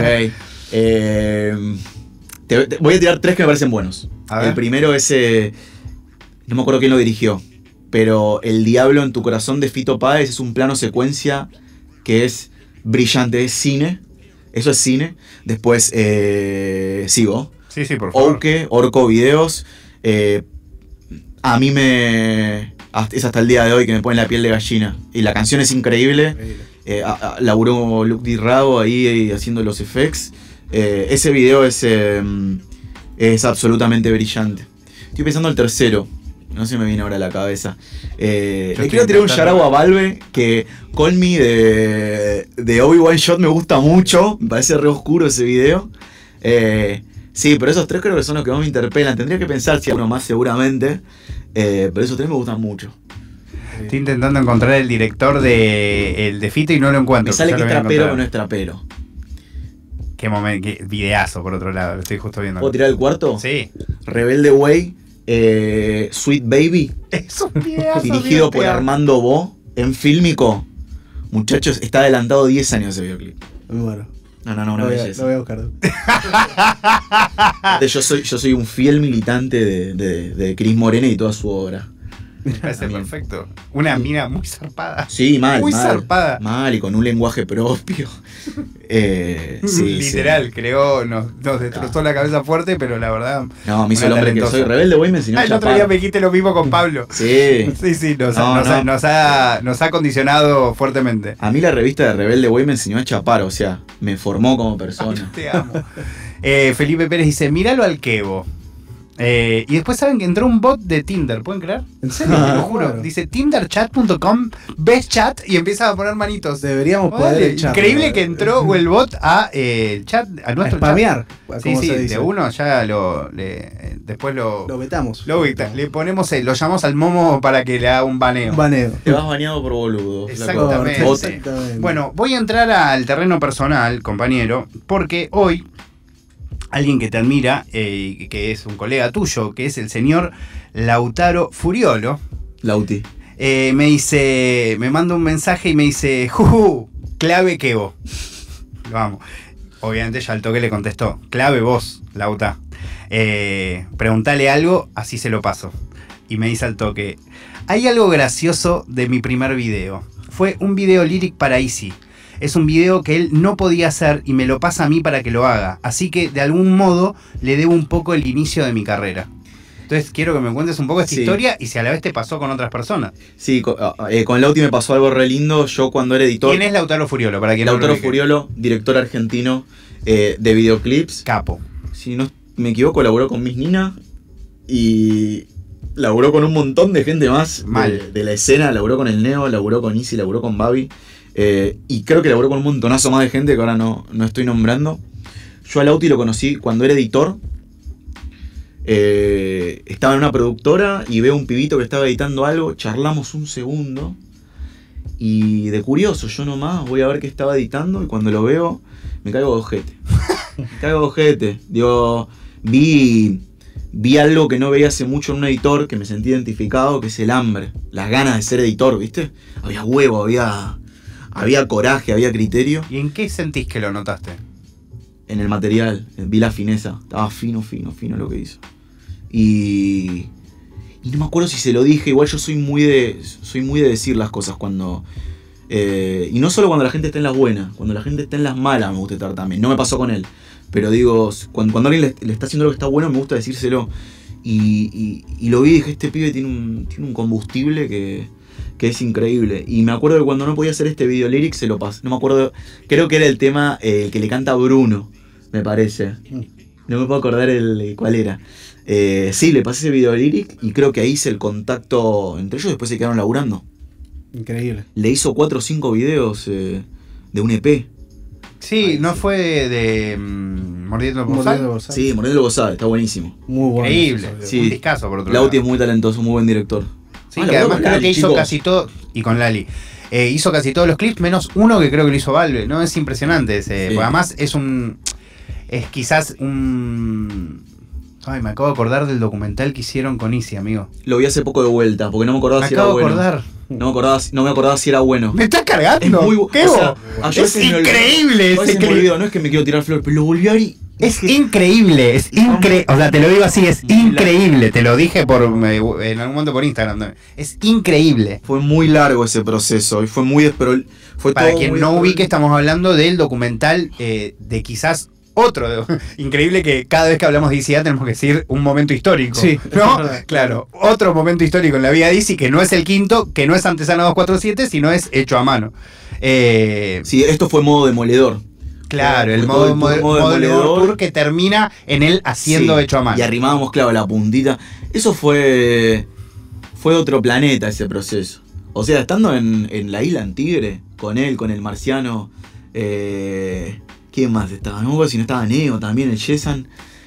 Eh, te, te- voy a tirar tres que me parecen buenos. A ver. El primero es... eh, no me acuerdo quién lo dirigió, pero El Diablo en tu corazón de Fito Páez es un plano secuencia que es brillante, es cine. Eso es cine. Después eh, sigo. Sí, sí, por favor. Ouke, Orco Videos. eh, a mí me... hasta- Es hasta el día de hoy que me pone la piel de gallina. Y la canción es increíble. Eh, a- a- laburó Luke Di Rado ahí eh, haciendo los effects. Eh, ese video es, eh, es absolutamente brillante. Estoy pensando el tercero. No se me viene ahora a la cabeza. Eh, Yo le estoy quiero tirar un intentando- shout-out a Valve, que Call Me de, de Obi-Wan Shot me gusta mucho. Me parece re oscuro ese video. Eh, sí, pero esos tres creo que son los que más me interpelan. Tendría que pensar si hay uno más seguramente. Eh, pero esos tres me gustan mucho. Estoy intentando encontrar el director de el de Fito y no lo encuentro. Me sale Ya que lo es voy a trapero, pero encontrar. no es trapero. Qué momento, qué videazo por otro lado, lo estoy justo viendo. ¿Puedo tirar el cuarto? Sí. Rebelde Way, Eh, Sweet Baby, Es un videazo, dirigido por Dios, Armando Bo, en Fílmico. Muchachos, está adelantado diez años ese videoclip. Muy bueno. No, no, no, una Lo voy, a, belleza. lo voy a buscar. Yo soy, yo soy un fiel militante de, de, de Cris Morena y toda su obra. Me parece También. perfecto. Una mina muy zarpada. Sí, mal, Muy mal. zarpada. Mal, y con un lenguaje propio. Eh, sí, Literal, sí. creó, nos, nos destrozó la cabeza fuerte, pero la verdad. No, me hizo una el hombre que talentosa. soy. Rebelde Way me enseñó Ah, a el otro chapar. día me dijiste lo mismo con Pablo. Sí. Sí, sí, nos, No, nos, no. nos ha, nos ha condicionado fuertemente. A mí la revista de Rebelde Way me enseñó a chapar, o sea, me formó como persona. Te amo. Eh, Felipe Pérez dice, míralo al Kevo. Eh, y después saben que entró un bot de Tinder, ¿pueden creer? ¿En serio? Te lo juro. Claro. Dice tinderchat punto com, ves chat y empieza a poner manitos. Deberíamos Vale, poder echarlo. increíble que entró el bot a eh, el chat, a A nuestro spamear. chat. Sí, como sí, se dice. de uno ya lo le, eh, después lo Lo vetamos. lo ubicta. Le ponemos el- lo llamamos al momo para que le haga un baneo. Un baneo. Te vas bañado por boludo. flaco. Exactamente. Bote. Exactamente. Bueno, voy a entrar al terreno personal, compañero, porque hoy alguien que te admira, eh, que es un colega tuyo, que es el señor Lautaro Furiolo, Lauti. eh, me dice, me manda un mensaje y me dice, juju, clave Kevo. Lo amo. Obviamente ya al toque le contestó, clave vos, Lauta. Eh, preguntale algo, así se lo paso. Y me dice al toque, hay algo gracioso de mi primer video. Fue un video lyric para Easy. Es un video que él no podía hacer y me lo pasa a mí para que lo haga. Así que de algún modo le debo un poco el inicio de mi carrera. Entonces quiero que me cuentes un poco esta Sí. historia y si a la vez te pasó con otras personas. Sí, co- eh, con Lauti me pasó algo re lindo. Yo cuando era editor. ¿Quién es Lautaro Furiolo? Para quien no Lautaro lo ubique? Furiolo, director argentino eh, de videoclips. Capo. Si no me equivoco, laburó con Miss Nina y laburó con un montón de gente más Mal. De, de la escena. Laburó con el Neo, laburó con Easy, laburó con Babi. Eh, y creo que laburó con un montonazo más de gente que ahora no, no estoy nombrando. Yo a Lauti lo conocí cuando era editor. Eh, estaba en una productora y veo un pibito que estaba editando algo. Charlamos un segundo. Y de curioso, yo nomás voy a ver qué estaba editando. Y cuando lo veo, me caigo de ojete. Me caigo de ojete. Digo, vi, vi algo que no veía hace mucho en un editor, que me sentí identificado, que es el hambre. Las ganas de ser editor, ¿viste? Había huevo, había, había coraje, había criterio. ¿Y en qué sentís que lo notaste? En el material, vi la fineza. Estaba fino, fino, fino lo que hizo. Y... Y no me acuerdo si se lo dije, igual yo soy muy de. Soy muy de decir las cosas cuando. Eh, y no solo cuando la gente está en las buenas, cuando la gente está en las malas me gusta estar también. No me pasó con él. Pero digo, cuando, cuando alguien le, le está haciendo lo que está bueno, me gusta decírselo. Y, y, y lo vi y dije, este pibe tiene un, tiene un combustible que, que es increíble. Y me acuerdo que cuando no podía hacer este video lyric se lo pasé. No me acuerdo. Creo que era el tema eh, que le canta Bruno, me parece. No me puedo acordar el cuál era. Eh, sí, le pasé ese video lyric y creo que ahí hice el contacto entre ellos, después se quedaron laburando. Increíble. Le hizo cuatro o cinco videos eh, de un E P. Sí, Ay, ¿no sí. fue de, de mm, Mordiendo por Mordiendo Sal? Borsal. Sí, Moreno lo sabe, está buenísimo. Muy bueno. Increíble. ese Sí. Un discazo por otro Lauti es lado. muy talentoso, muy buen director. Sí, Ah, que laburó además con creo Lali, que hizo chicos. casi todo. Y con Lali. Eh, hizo casi todos los clips, menos uno que creo que lo hizo Valve, ¿no? Es impresionante ese. Sí. Porque además es un. Es quizás un. Ay, me acabo de acordar del documental que hicieron con Easy, amigo. Lo vi hace poco de vuelta, porque no me acordaba Me si era acabo de bueno. acordar. No me acordaba, si- no me acordaba si era bueno. ¿Me estás cargando? Es muy bu- ¿Qué o vos? sea, a yo a Es veces me olvido- increíble a veces ese me clip. olvido, no es que me quiero tirar flores, pero lo volví a ver y... Es increíble, es increíble. O sea, te lo digo así, es increíble. Te lo dije por eh, en algún momento por Instagram también. Es increíble. Fue muy largo ese proceso y fue muy desprol... Fue Para todo quien muy no desprol- ubique, estamos hablando del documental eh, de quizás otro. de- Increíble que cada vez que hablamos de I C A tenemos que decir un momento histórico. Sí, ¿no? es verdad. Claro, otro momento histórico en la vida de Easy que no es el quinto, que no es Antesana doscientos cuarenta y siete, sino es hecho a mano. Eh, Sí, esto fue modo demoledor. claro, el Fue modo, todo modo, el modo modo demoledor. tour que termina en él haciendo Sí, hecho a mano. Y arrimábamos, claro, la puntita. Eso fue. Fue de otro planeta ese proceso. O sea, estando en, en la isla en Tigre, con él, con el marciano. Eh, ¿Quién más estaba? No me acuerdo si no estaba Neo también, el Yesan.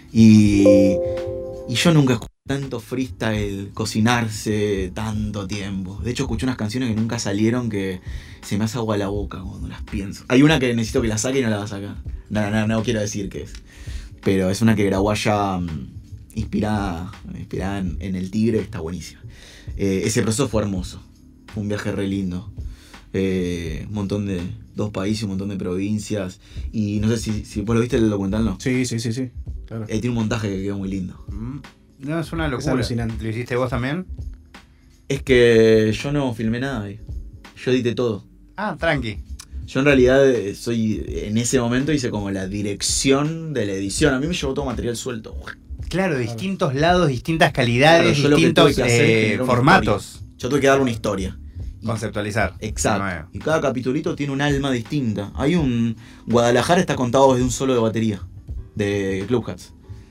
Y. Y yo nunca escuché tanto freestyle, cocinarse tanto tiempo. De hecho, escuché unas canciones que nunca salieron que se me hace agua la boca cuando las pienso. Hay una que necesito que la saque y no la va a sacar. No, no, no, no quiero decir qué es. Pero es una que grabó allá mm, inspirada, inspirada en, en el Tigre, está buenísima. Eh, ese proceso fue hermoso, fue un viaje re lindo. Eh, un montón de, dos países, un montón de provincias, y no sé si, si vos lo viste el documental, ¿no? Sí, sí, sí, sí. Claro. Eh, tiene un montaje que quedó muy lindo. No, es una locura. Es alucinante. ¿Lo hiciste vos también? Es que yo no filmé nada ahí. Yo edité todo. Ah, tranqui. Yo en realidad eh, soy, en ese momento hice como la dirección de la edición. A mí me llevó todo material suelto. Claro, distintos lados, distintas calidades, Claro, yo lo que distintos tuve que hacer es eh, generar una formatos. historia. Yo tuve que darle una historia. Y- Conceptualizar. Exacto. Y cada capitulito tiene un alma distinta. Hay un... Guadalajara está contado desde un solo de batería de Club Hats.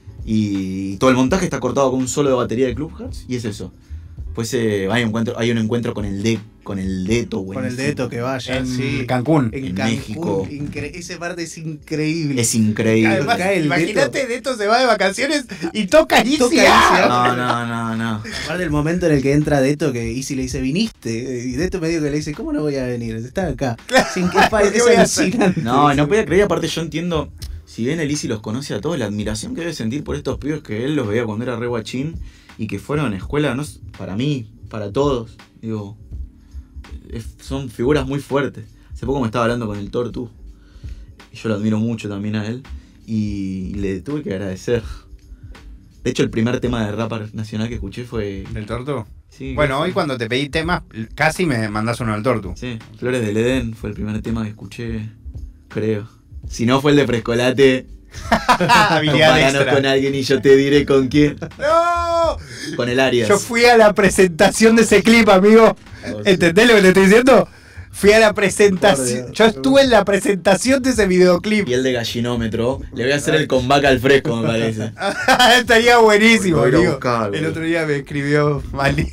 Y todo el montaje está cortado con un solo de batería de Club Hats. Y es eso. Pues eh, hay, un encuentro, hay un encuentro con el de, con el Deto, güey. Con el Deto que vaya, En sí. Cancún. En, en Cancún, México. incre- esa parte es increíble. Es increíble. Además, Cae el imagínate, Deto se va de vacaciones y toca Easy. Toca ah. Easy, No, no, no, no. Aparte del momento en el que entra Deto, que Easy le dice, ¿viniste? Y Deto medio que le dice, ¿cómo no voy a venir? Está acá. Sin que ¿Por qué es voy a hacer? alucinante. No, no podía creer. Aparte yo entiendo, si bien el Easy los conoce a todos, la admiración que debe sentir por estos pibes que él los veía cuando era re guachín y que fueron a escuela, no, s- para mí, para todos. Digo, es- son figuras muy fuertes. Hace poco me estaba hablando con el Tortu, y yo lo admiro mucho también a él, y le tuve que agradecer. De hecho, el primer tema de rap nacional que escuché fue... ¿Del Tortu? Sí, Bueno, fue- hoy cuando te pedí temas, casi me mandás uno del Tortu. Sí, Flores del Edén fue el primer tema que escuché, creo. Si no fue el de Frescolate, Habilidad comparanos extra. con alguien y yo te diré con quién. ¡No! Con el Arias. Yo fui a la presentación de ese clip, amigo. Oh, sí. ¿Entendés lo que te estoy diciendo? Fui a la Por presentación. Dios. Yo estuve en la presentación de ese videoclip. Y el de gallinómetro. Le voy a hacer el comeback al fresco, me parece. Estaría buenísimo, Lo voy a ir a amigo. buscar, El boludo. otro día me escribió Mali.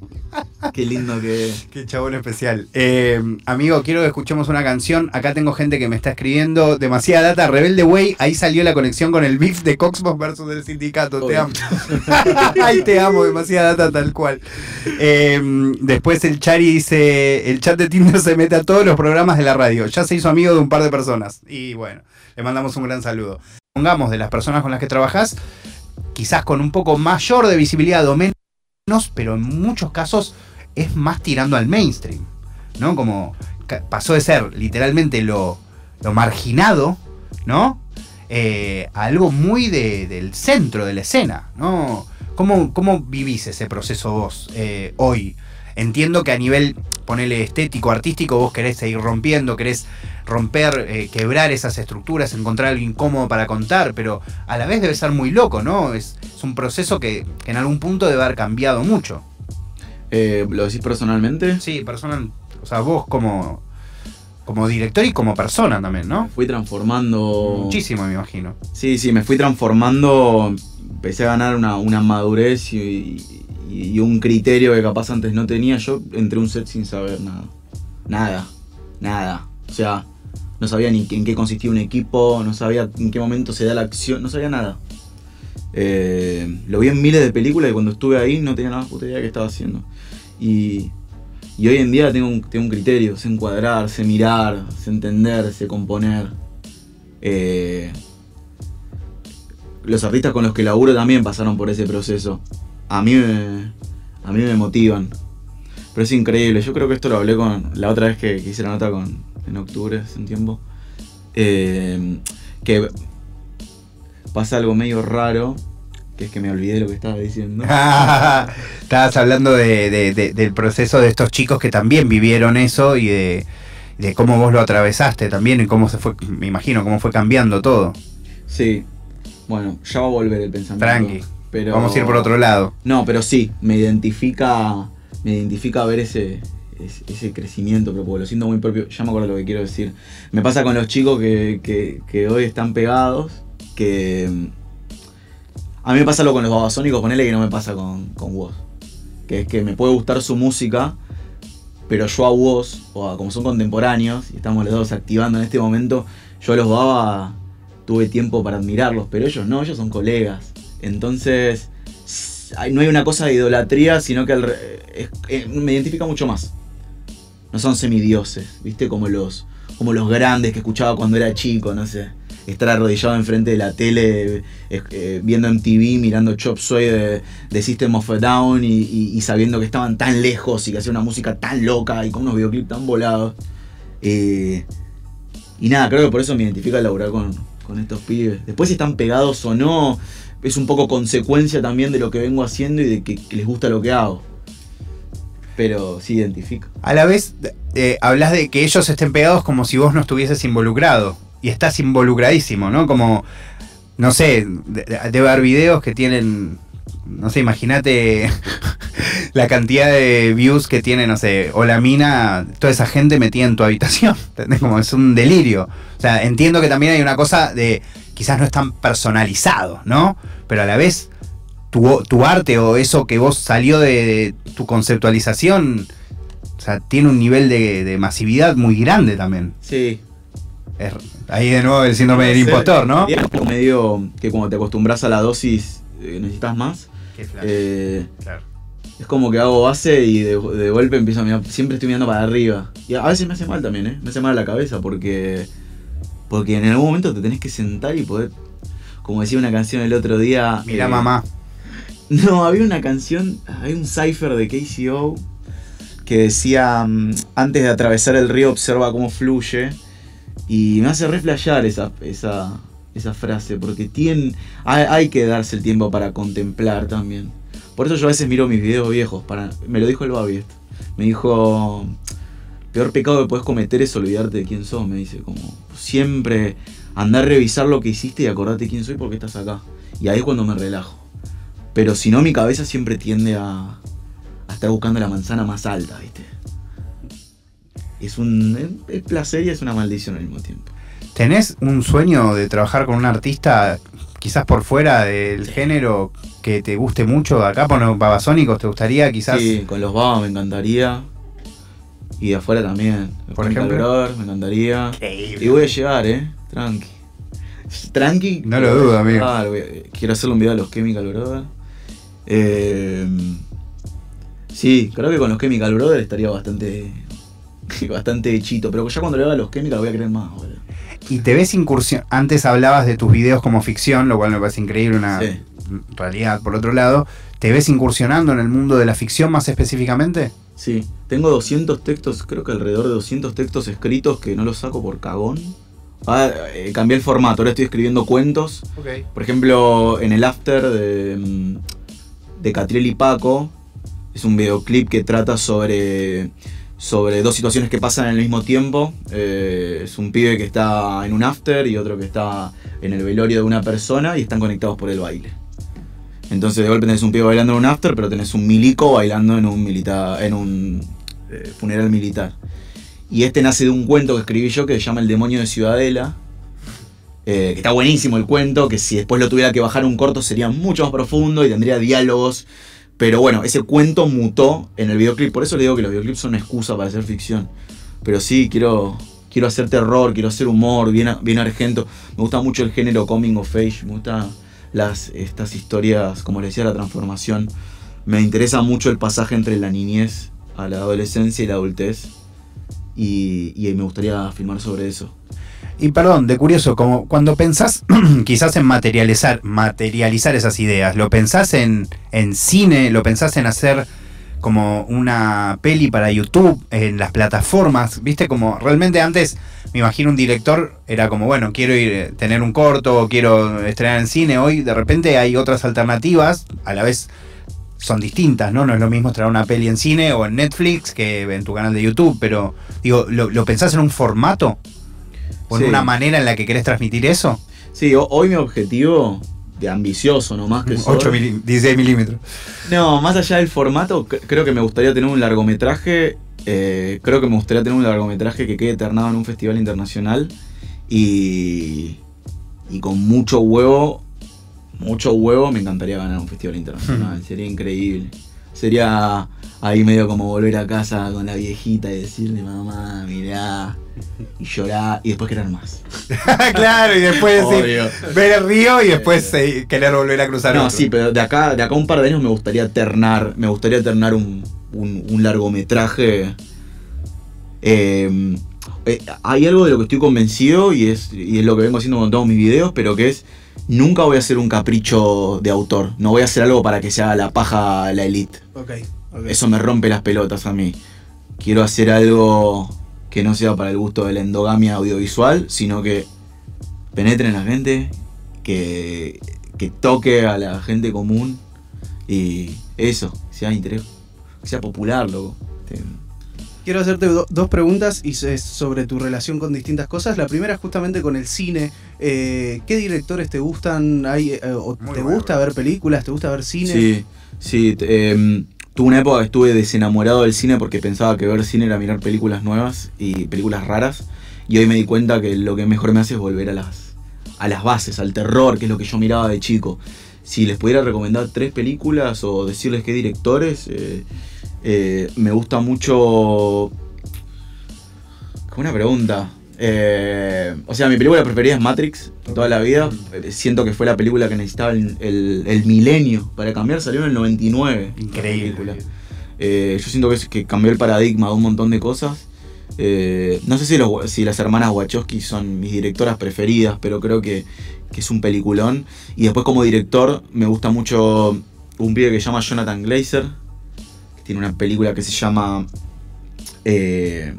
Qué lindo que es. Qué chabón especial. Eh, amigo, quiero que escuchemos una canción. Acá tengo gente que me está escribiendo. Demasiada data. Rebelde Way. Ahí salió la conexión con el beef de Coxbox versus el sindicato. Te Obvio. amo. Ay, te amo. Demasiada data tal cual. Eh, después el Chari dice: el chat de Tinder se mete a todos los programas de la radio. Ya se hizo amigo de un par de personas. Y bueno, le mandamos un gran saludo. Pongamos de las personas con las que trabajás, quizás con un poco mayor de visibilidad o menos, pero en muchos casos es más tirando al mainstream, ¿no? Como ca- pasó de ser literalmente lo, lo marginado, ¿no? Eh, a algo muy de- del centro de la escena, ¿no? ¿Cómo, cómo vivís ese proceso vos eh, hoy? Entiendo que a nivel, ponele estético, artístico, vos querés seguir rompiendo, querés romper, eh, quebrar esas estructuras, encontrar algo incómodo para contar, pero a la vez debe ser muy loco, ¿no? Es, es un proceso que, que en algún punto debe haber cambiado mucho. Eh, ¿Lo decís personalmente? Sí, personal, o sea, vos como, como director y como persona también, ¿no? Fui transformando. Muchísimo, me imagino. Sí, sí, me fui transformando. Empecé a ganar una, una madurez y, y- y un criterio que capaz antes no tenía. Yo entré a un set sin saber nada. Nada. Nada. O sea, no sabía ni en qué consistía un equipo, no sabía en qué momento se da la acción, no sabía nada. Eh, lo vi en miles de películas y cuando estuve ahí no tenía nada puta idea de qué estaba haciendo. Y, y hoy en día tengo un, tengo un criterio, sé encuadrar, sé mirar, sé entender, sé componer. Eh, los artistas con los que laburo también pasaron por ese proceso. A mí me, a mí me motivan. Pero es increíble, yo creo que esto lo hablé con la otra vez que, que hice la nota con, en octubre, hace un tiempo. Eh, que pasa algo medio raro, que es que me olvidé de lo que estaba diciendo. Estabas hablando de, de- de- del proceso de estos chicos que también vivieron eso y de, de cómo vos lo atravesaste también y cómo se fue, me imagino, cómo fue cambiando todo. Sí, bueno, ya va a volver el pensamiento. Tranqui. Pero... Vamos a ir por otro lado. No, pero sí, me identifica, me identifica ver ese, ese, ese crecimiento, pero porque lo siento muy propio. Ya me acuerdo lo que quiero decir. Me pasa con los chicos que, que, que hoy están pegados, que a mí me pasa lo con los babasónicos, ponele que no me pasa con, con vos. Que es que me puede gustar su música, pero yo a vos, o a, como son contemporáneos, y estamos los dos activando en este momento, yo a los baba tuve tiempo para admirarlos, pero ellos no, ellos son colegas. Entonces, no hay una cosa de idolatría, sino que al re- es- eh, me identifica mucho más. No son semidioses, ¿viste? Como los, como los grandes que escuchaba cuando era chico, no sé. estar arrodillado enfrente de la tele, eh, eh, viendo M T V, mirando Chop Suey de, de System of a Down y, y, y sabiendo que estaban tan lejos y que hacían una música tan loca y con unos videoclips tan volados. Eh, y nada, creo que por eso me identifica laburar con, con estos pibes. Después si están pegados o no, es un poco consecuencia también de lo que vengo haciendo y de que, que les gusta lo que hago. Pero sí identifico. A la vez, eh, hablas de que ellos estén pegados como si vos no estuvieses involucrado. Y estás involucradísimo, ¿no? Como, no sé, debe haber videos que tienen, no sé, imagínate la cantidad de views que tiene, no sé, o la mina, toda esa gente metida en tu habitación. ¿Entendés? Como es un delirio. O sea, entiendo que también hay una cosa de, quizás no es tan personalizado, ¿no? Pero a la vez, tu, tu arte o eso que vos salió de, de tu conceptualización, o sea, tiene un nivel de, de masividad muy grande también. Sí. Es, ahí de nuevo el síndrome del impostor, ¿no? Es como medio que cuando te acostumbras a la dosis eh, necesitas más. Eh, claro. Es como que hago base y de, de golpe empiezo a mirar, siempre estoy mirando para arriba. Y a veces me hace mal también, ¿eh? Me hace mal la cabeza porque, porque en algún momento te tenés que sentar y poder, como decía una canción el otro día... Mirá eh, mamá. No, había una canción, hay un cipher de K C O que decía, antes de atravesar el río observa cómo fluye. Y me hace reflashar esa, esa, esa frase, porque tiene, hay, hay que darse el tiempo para contemplar también. Por eso yo a veces miro mis videos viejos, para, me lo dijo el Babi esto. Me dijo, peor pecado que puedes cometer es olvidarte de quién sos, me dice, como siempre andar a revisar lo que hiciste y acordarte quién soy porque estás acá. Y ahí es cuando me relajo. Pero si no, mi cabeza siempre tiende a, a estar buscando la manzana más alta, ¿viste? Es un es placer y es una maldición al mismo tiempo. ¿Tenés un sueño de trabajar con un artista quizás por fuera del género que te guste mucho? Acá por los Babasónicos, ¿te gustaría quizás? Sí, con los Babas me encantaría. Y de afuera también. Por ejemplo, Brother, me encantaría. Increíble. Y voy a llegar, eh. Tranqui. Tranqui. No lo dudo, amigo. Claro, quiero hacerle un video a los Chemical Brothers. Eh, sí, creo que con los Chemical Brothers estaría bastante... bastante hechito, pero ya cuando le haga a los Chemical voy a querer más, boludo. Y te ves incursión. Antes hablabas de tus videos como ficción, lo cual me parece increíble, una sí. realidad. Por otro lado, ¿te ves incursionando en el mundo de la ficción más específicamente? Sí, tengo doscientos textos, creo que alrededor de doscientos textos escritos que no los saco por cagón. Ah, eh, cambié el formato, ahora estoy escribiendo cuentos. Okay. Por ejemplo, en el After de, de Catriel y Paco, es un videoclip que trata sobre... sobre dos situaciones que pasan al mismo tiempo. Eh, es un pibe que está en un after y otro que está en el velorio de una persona y están conectados por el baile. Entonces de golpe tenés un pibe bailando en un after, pero tenés un milico bailando en un militar, en un eh, funeral militar. Y este nace de un cuento que escribí yo que se llama El demonio de Ciudadela. Eh, que está buenísimo el cuento, que si después lo tuviera que bajar un corto sería mucho más profundo y tendría diálogos. Pero bueno, ese cuento mutó en el videoclip. Por eso le digo que los videoclips son una excusa para hacer ficción. Pero sí, quiero, quiero hacer terror, quiero hacer humor, bien, bien argento. Me gusta mucho el género coming of age. Me gustan las, estas historias, como les decía, la transformación. Me interesa mucho el pasaje entre la niñez a la adolescencia y la adultez. Y, y me gustaría filmar sobre eso. Y perdón, de curioso, como cuando pensás quizás en materializar, materializar esas ideas, ¿lo pensás en, en cine? ¿Lo pensás en hacer como una peli para YouTube, en las plataformas? ¿Viste? Como realmente antes, me imagino un director era como, bueno, quiero ir tener un corto, quiero estrenar en cine. Hoy de repente hay otras alternativas, a la vez son distintas, ¿no? No es lo mismo estrenar una peli en cine o en Netflix que en tu canal de YouTube, pero digo, ¿lo, lo pensás en un formato? ¿O en sí. una manera en la que querés transmitir eso? Sí, hoy mi objetivo, de ambicioso nomás que soy... ocho mil, dieciséis milímetros. No, más allá del formato, creo que me gustaría tener un largometraje. Eh, creo que me gustaría tener un largometraje que quede eternado en un festival internacional. Y, y con mucho huevo, mucho huevo, me encantaría ganar un festival internacional. Sería increíble. Sería ahí medio como volver a casa con la viejita y decirle, mamá, mirá, y llorar, y después querer más. Claro, y después decir, ver el río y después eh, querer volver a cruzar. No, otro. sí, pero de acá, de acá a un par de años me gustaría ternar, me gustaría ternar un, un, un largometraje. Eh, Eh, hay algo de lo que estoy convencido y es, y es lo que vengo haciendo con todos mis videos, pero que es, nunca voy a hacer un capricho de autor. No voy a hacer algo para que se haga la paja la elite. Okay, okay. Eso me rompe las pelotas a mí. Quiero hacer algo que no sea para el gusto de la endogamia audiovisual, sino que penetre en la gente, que, que toque a la gente común y eso, sea interés, que sea popular, loco. Quiero hacerte do dos preguntas y es sobre tu relación con distintas cosas. La primera es justamente con el cine. Eh, ¿Qué directores te gustan? ¿Hay, eh, o ¿Te bueno, gusta ver películas? ¿Te gusta ver cine? Sí, sí. Eh, tuve una época que estuve desenamorado del cine porque pensaba que ver cine era mirar películas nuevas y películas raras. Y hoy me di cuenta que lo que mejor me hace es volver a las, a las bases, al terror, que es lo que yo miraba de chico. Si les pudiera recomendar tres películas o decirles qué directores... Eh, Eh, me gusta mucho... Una pregunta. Eh, o sea, mi película preferida es Matrix, de toda la vida. Siento que fue la película que necesitaba el, el, el milenio para cambiar. Salió en el noventa y nueve. Increíble. Eh, yo siento que, es, que cambió el paradigma de un montón de cosas. Eh, no sé si, los, si las hermanas Wachowski son mis directoras preferidas, pero creo que, que es un peliculón. Y después como director me gusta mucho un pibe que se llama Jonathan Glazer. Tiene una película que se llama eh,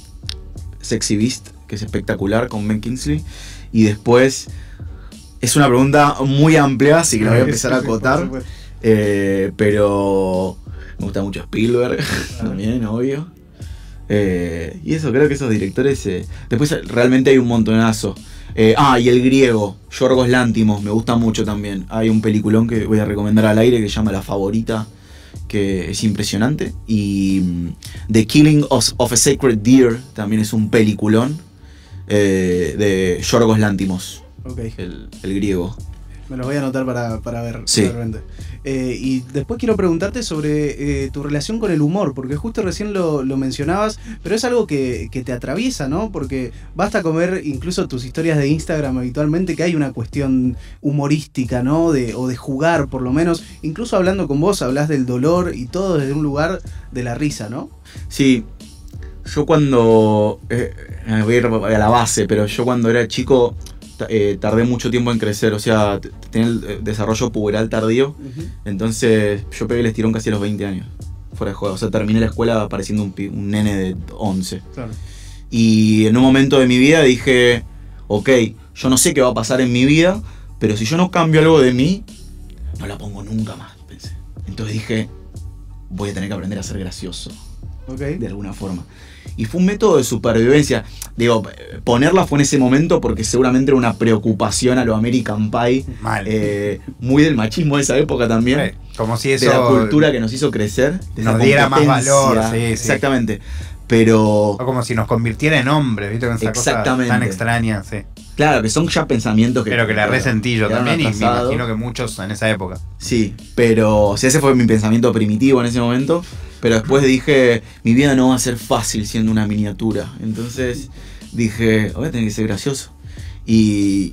Sexy Beast, que es espectacular, con Ben Kingsley. Y después, es una pregunta muy amplia, así que la voy a empezar a acotar. Eh, pero me gusta mucho Spielberg, también, obvio. Eh, y eso, creo que esos directores... Eh, después realmente hay un montonazo. Eh, ah, y el griego, Yorgos Lanthimos, me gusta mucho también. Hay un peliculón que voy a recomendar al aire que se llama La Favorita, que es impresionante. Y um, The Killing of, of a Sacred Deer también es un peliculón eh, de Yorgos Lanthimos, okay. el, el griego. Me los voy a anotar para, para ver. Sí. Realmente. Eh, y después quiero preguntarte sobre eh, tu relación con el humor, porque justo recién lo, lo mencionabas, pero es algo que, que te atraviesa, ¿no? Porque basta con ver incluso tus historias de Instagram habitualmente que hay una cuestión humorística, ¿no? De, o de jugar, por lo menos. Incluso hablando con vos, hablas del dolor y todo desde un lugar de la risa, ¿no? Sí. Yo cuando... Eh, voy a ir a la base, pero yo cuando era chico... Eh, tardé mucho tiempo en crecer, o sea, tenía el desarrollo puberal tardío, uh-huh. Entonces yo pegué el estirón casi a los veinte años, fuera de juego, o sea, terminé la escuela pareciendo un, un nene de once. Claro. Y en un momento de mi vida dije, ok, yo no sé qué va a pasar en mi vida, pero si yo no cambio algo de mí, no la pongo nunca más, pensé. Entonces dije, voy a tener que aprender a ser gracioso, okay. De alguna forma. Y fue un método de supervivencia. Digo, ponerla fue en ese momento porque seguramente era una preocupación a lo American Pie. Mal. Eh, muy del machismo de esa época también. Sí, como si eso... De la cultura que nos hizo crecer. De nos diera más valor. Sí, exactamente. Sí. Pero... O como si nos convirtiera en hombres, ¿viste? Con esa exactamente. Cosa tan extraña, sí. Claro, que son ya pensamientos que... Pero que la resentí yo también atrasado. Y me imagino que muchos en esa época. Sí, pero... O sea, ese fue mi pensamiento primitivo en ese momento. Pero después dije, mi vida no va a ser fácil siendo una miniatura. Entonces dije, voy a tener que ser gracioso. Y,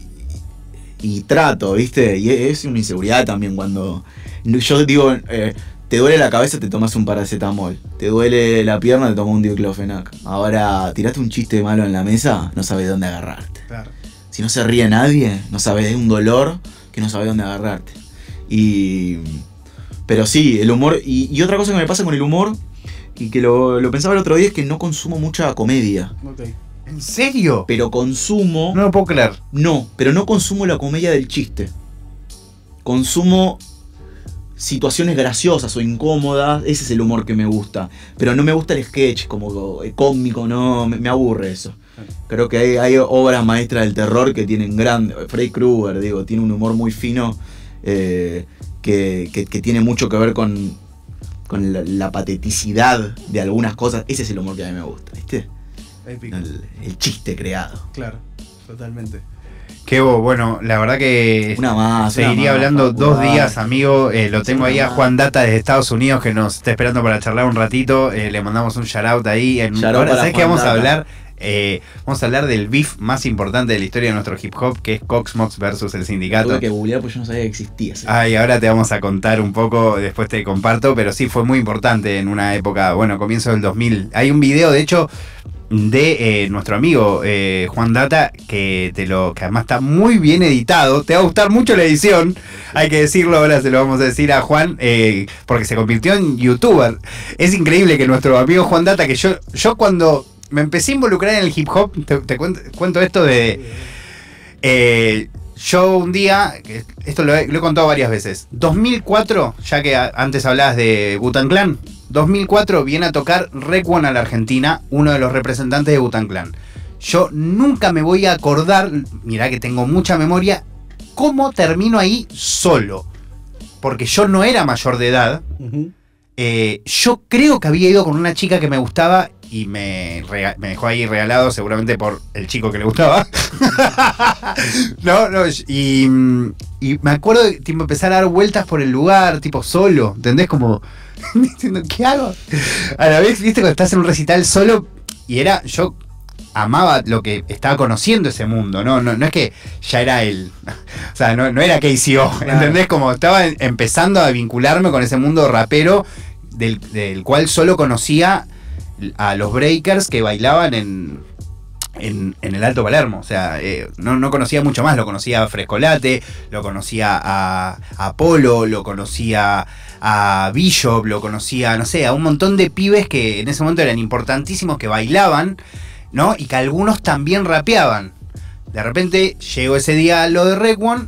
y trato, ¿viste? Y es una inseguridad también cuando... Yo digo, eh, te duele la cabeza, te tomas un paracetamol. Te duele la pierna, te tomas un diclofenac. Ahora, tiraste un chiste malo en la mesa, no sabes dónde agarrarte. Claro. Si no se ríe nadie, no sabes, es un dolor que no sabes dónde agarrarte. Y... Pero sí, el humor... Y, y otra cosa que me pasa con el humor, y que lo, lo pensaba el otro día, es que no consumo mucha comedia. Okay. ¿En serio? Pero consumo... No lo puedo creer. No, pero no consumo la comedia del chiste. Consumo situaciones graciosas o incómodas, ese es el humor que me gusta. Pero no me gusta el sketch como cómico, no, me, me aburre eso. Creo que hay, hay obras maestras del terror que tienen gran... Freddy Krueger, digo, tiene un humor muy fino... Eh, Que, que, que tiene mucho que ver con, con la, la pateticidad de algunas cosas. Ese es el humor que a mí me gusta, ¿viste? Épico. El, el chiste creado. Claro, totalmente. Kevo, bueno, la verdad que una más, seguiría una más, hablando más, dos más. días, amigo. Eh, lo tengo Una ahí a más. Juan Data desde Estados Unidos que nos está esperando para charlar un ratito. Eh, le mandamos un shout out ahí. En, Shout out ahora, para ¿sabes qué Juan vamos a Data. hablar? Eh, vamos a hablar del beef más importante de la historia de nuestro hip hop, que es Cox Mox versus el Sindicato. Tuve que googlear porque yo no sabía que existía. ¿Sí? Ay, ahora te vamos a contar un poco, después te comparto, pero sí fue muy importante en una época, bueno, comienzo del dos mil. Hay un video, de hecho, de eh, nuestro amigo eh, Juan Data, que te lo que además está muy bien editado. Te va a gustar mucho la edición, hay que decirlo, ahora se lo vamos a decir a Juan, eh, porque se convirtió en youtuber. Es increíble que nuestro amigo Juan Data, que yo, yo cuando me empecé a involucrar en el hip hop, te, te cuento, cuento esto de... Eh, yo un día, esto lo he, lo he contado varias veces, dos mil cuatro, ya que a, antes hablabas de Wu-Tang Clan, dos mil cuatro viene a tocar Raekwon a la Argentina, uno de los representantes de Wu-Tang Clan. Yo nunca me voy a acordar, mirá que tengo mucha memoria, cómo termino ahí solo. Porque yo no era mayor de edad. Uh-huh. eh, yo creo que había ido con una chica que me gustaba y me, rega- me dejó ahí regalado, seguramente por el chico que le gustaba. no, no, y, y me acuerdo de tipo, empezar a dar vueltas por el lugar, tipo solo, ¿entendés? Como, diciendo, ¿qué hago? A la vez, viste, cuando estás en un recital solo, y era, yo amaba lo que estaba conociendo ese mundo, ¿no? No, no es que ya era él, o sea, no, no era K C O, ¿entendés? Como estaba empezando a vincularme con ese mundo rapero del, del cual solo conocía a los breakers que bailaban en, en, en el Alto Palermo. O sea, eh, no, no conocía mucho más. Lo conocía a Frescolate, lo conocía a, a Apolo, lo conocía a Bishop, lo conocía, no sé, a un montón de pibes que en ese momento eran importantísimos, que bailaban, ¿no? Y que algunos también rapeaban. De repente llegó ese día lo de Raekwon,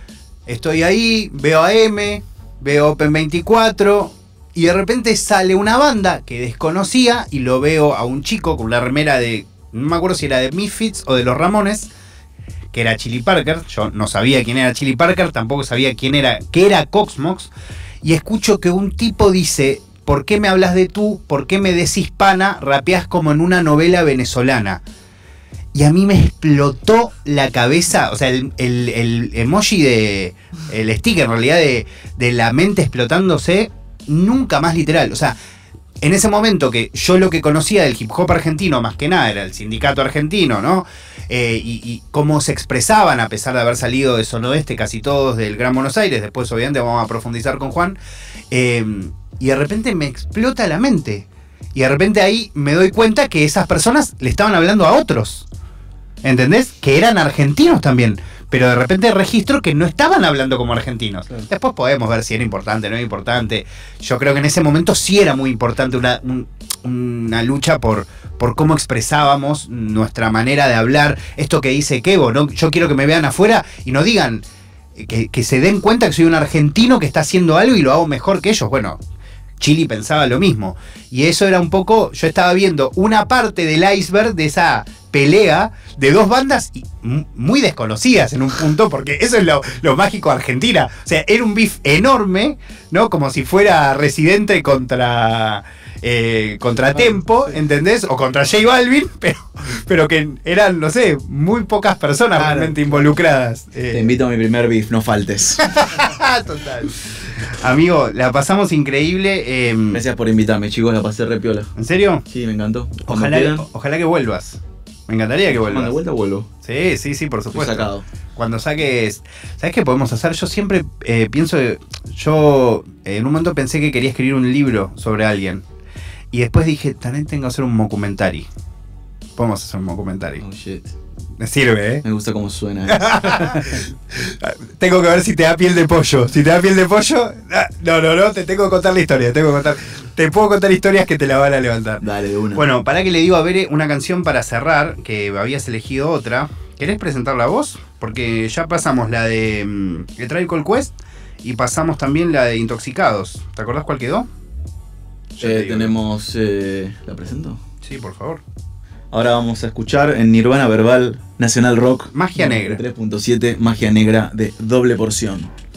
estoy ahí, veo a M, veo Open veinticuatro... y de repente sale una banda que desconocía y lo veo a un chico con una remera de, no me acuerdo si era de Misfits o de los Ramones, que era Chili Parker. Yo no sabía quién era Chili Parker, tampoco sabía quién era, qué era Cox Mox. Y escucho que un tipo dice, ¿por qué me hablas de tú? ¿Por qué me decís pana? Rapeás como en una novela venezolana. Y a mí me explotó la cabeza, o sea, el, el, el emoji de, el sticker en realidad de, de la mente explotándose. Nunca más literal, o sea, en ese momento que yo lo que conocía del hip hop argentino más que nada era el sindicato argentino, ¿no? Eh, y, y cómo se expresaban a pesar de haber salido de Sonoeste casi todos del Gran Buenos Aires, después obviamente vamos a profundizar con Juan, eh, y de repente me explota la mente, y de repente ahí me doy cuenta que esas personas le estaban hablando a otros, ¿entendés? Que eran argentinos también. Pero de repente registro que no estaban hablando como argentinos. Sí. Después podemos ver si era importante o no era importante. Yo creo que en ese momento sí era muy importante una, un, una lucha por, por cómo expresábamos nuestra manera de hablar. Esto que dice Kevo, ¿no? Yo quiero que me vean afuera y no digan, que, que se den cuenta que soy un argentino que está haciendo algo y lo hago mejor que ellos. Bueno, Chili pensaba lo mismo. Y eso era un poco, yo estaba viendo una parte del iceberg de esa pelea de dos bandas muy desconocidas en un punto, porque eso es lo, lo mágico de Argentina. O sea, era un beef enorme, ¿no? Como si fuera Residente contra eh, contra Tempo, ¿entendés? O contra J Balvin, pero, pero que eran, no sé, muy pocas personas claro, realmente involucradas. Te eh. invito a mi primer beef, no faltes. Total. Amigo, la pasamos increíble. Eh, Gracias por invitarme, chicos, la pasé re piola. ¿En serio? Sí, me encantó. Ojalá que, ojalá que vuelvas. Me encantaría que vuelvas. Cuando de vuelta vuelvo. Sí, sí, sí, por supuesto. Estoy sacado. Cuando saques... ¿Sabes qué podemos hacer? Yo siempre eh, pienso... Yo eh, en un momento pensé que quería escribir un libro sobre alguien. Y después dije, también tengo que hacer un documentary. Podemos hacer un documentary. Oh, shit. Me sirve, ¿eh? Me gusta cómo suena eso. Tengo que ver si te da piel de pollo. Si te da piel de pollo... No, no, no, te tengo que contar la historia. Tengo que contar... Te puedo contar historias que te la van a levantar. Dale, de una. Bueno, para que le digo a Bere una canción para cerrar, que habías elegido otra. ¿Querés presentarla vos? Porque ya pasamos la de um, el Tribe Called Quest y pasamos también la de Intoxicados. ¿Te acordás cuál quedó? Eh, tenemos... Eh, ¿La presento? Sí, por favor. Ahora vamos a escuchar en Nirvana Verbal Nacional Rock Magia Negra tres punto siete, Magia Negra de Doble Porción.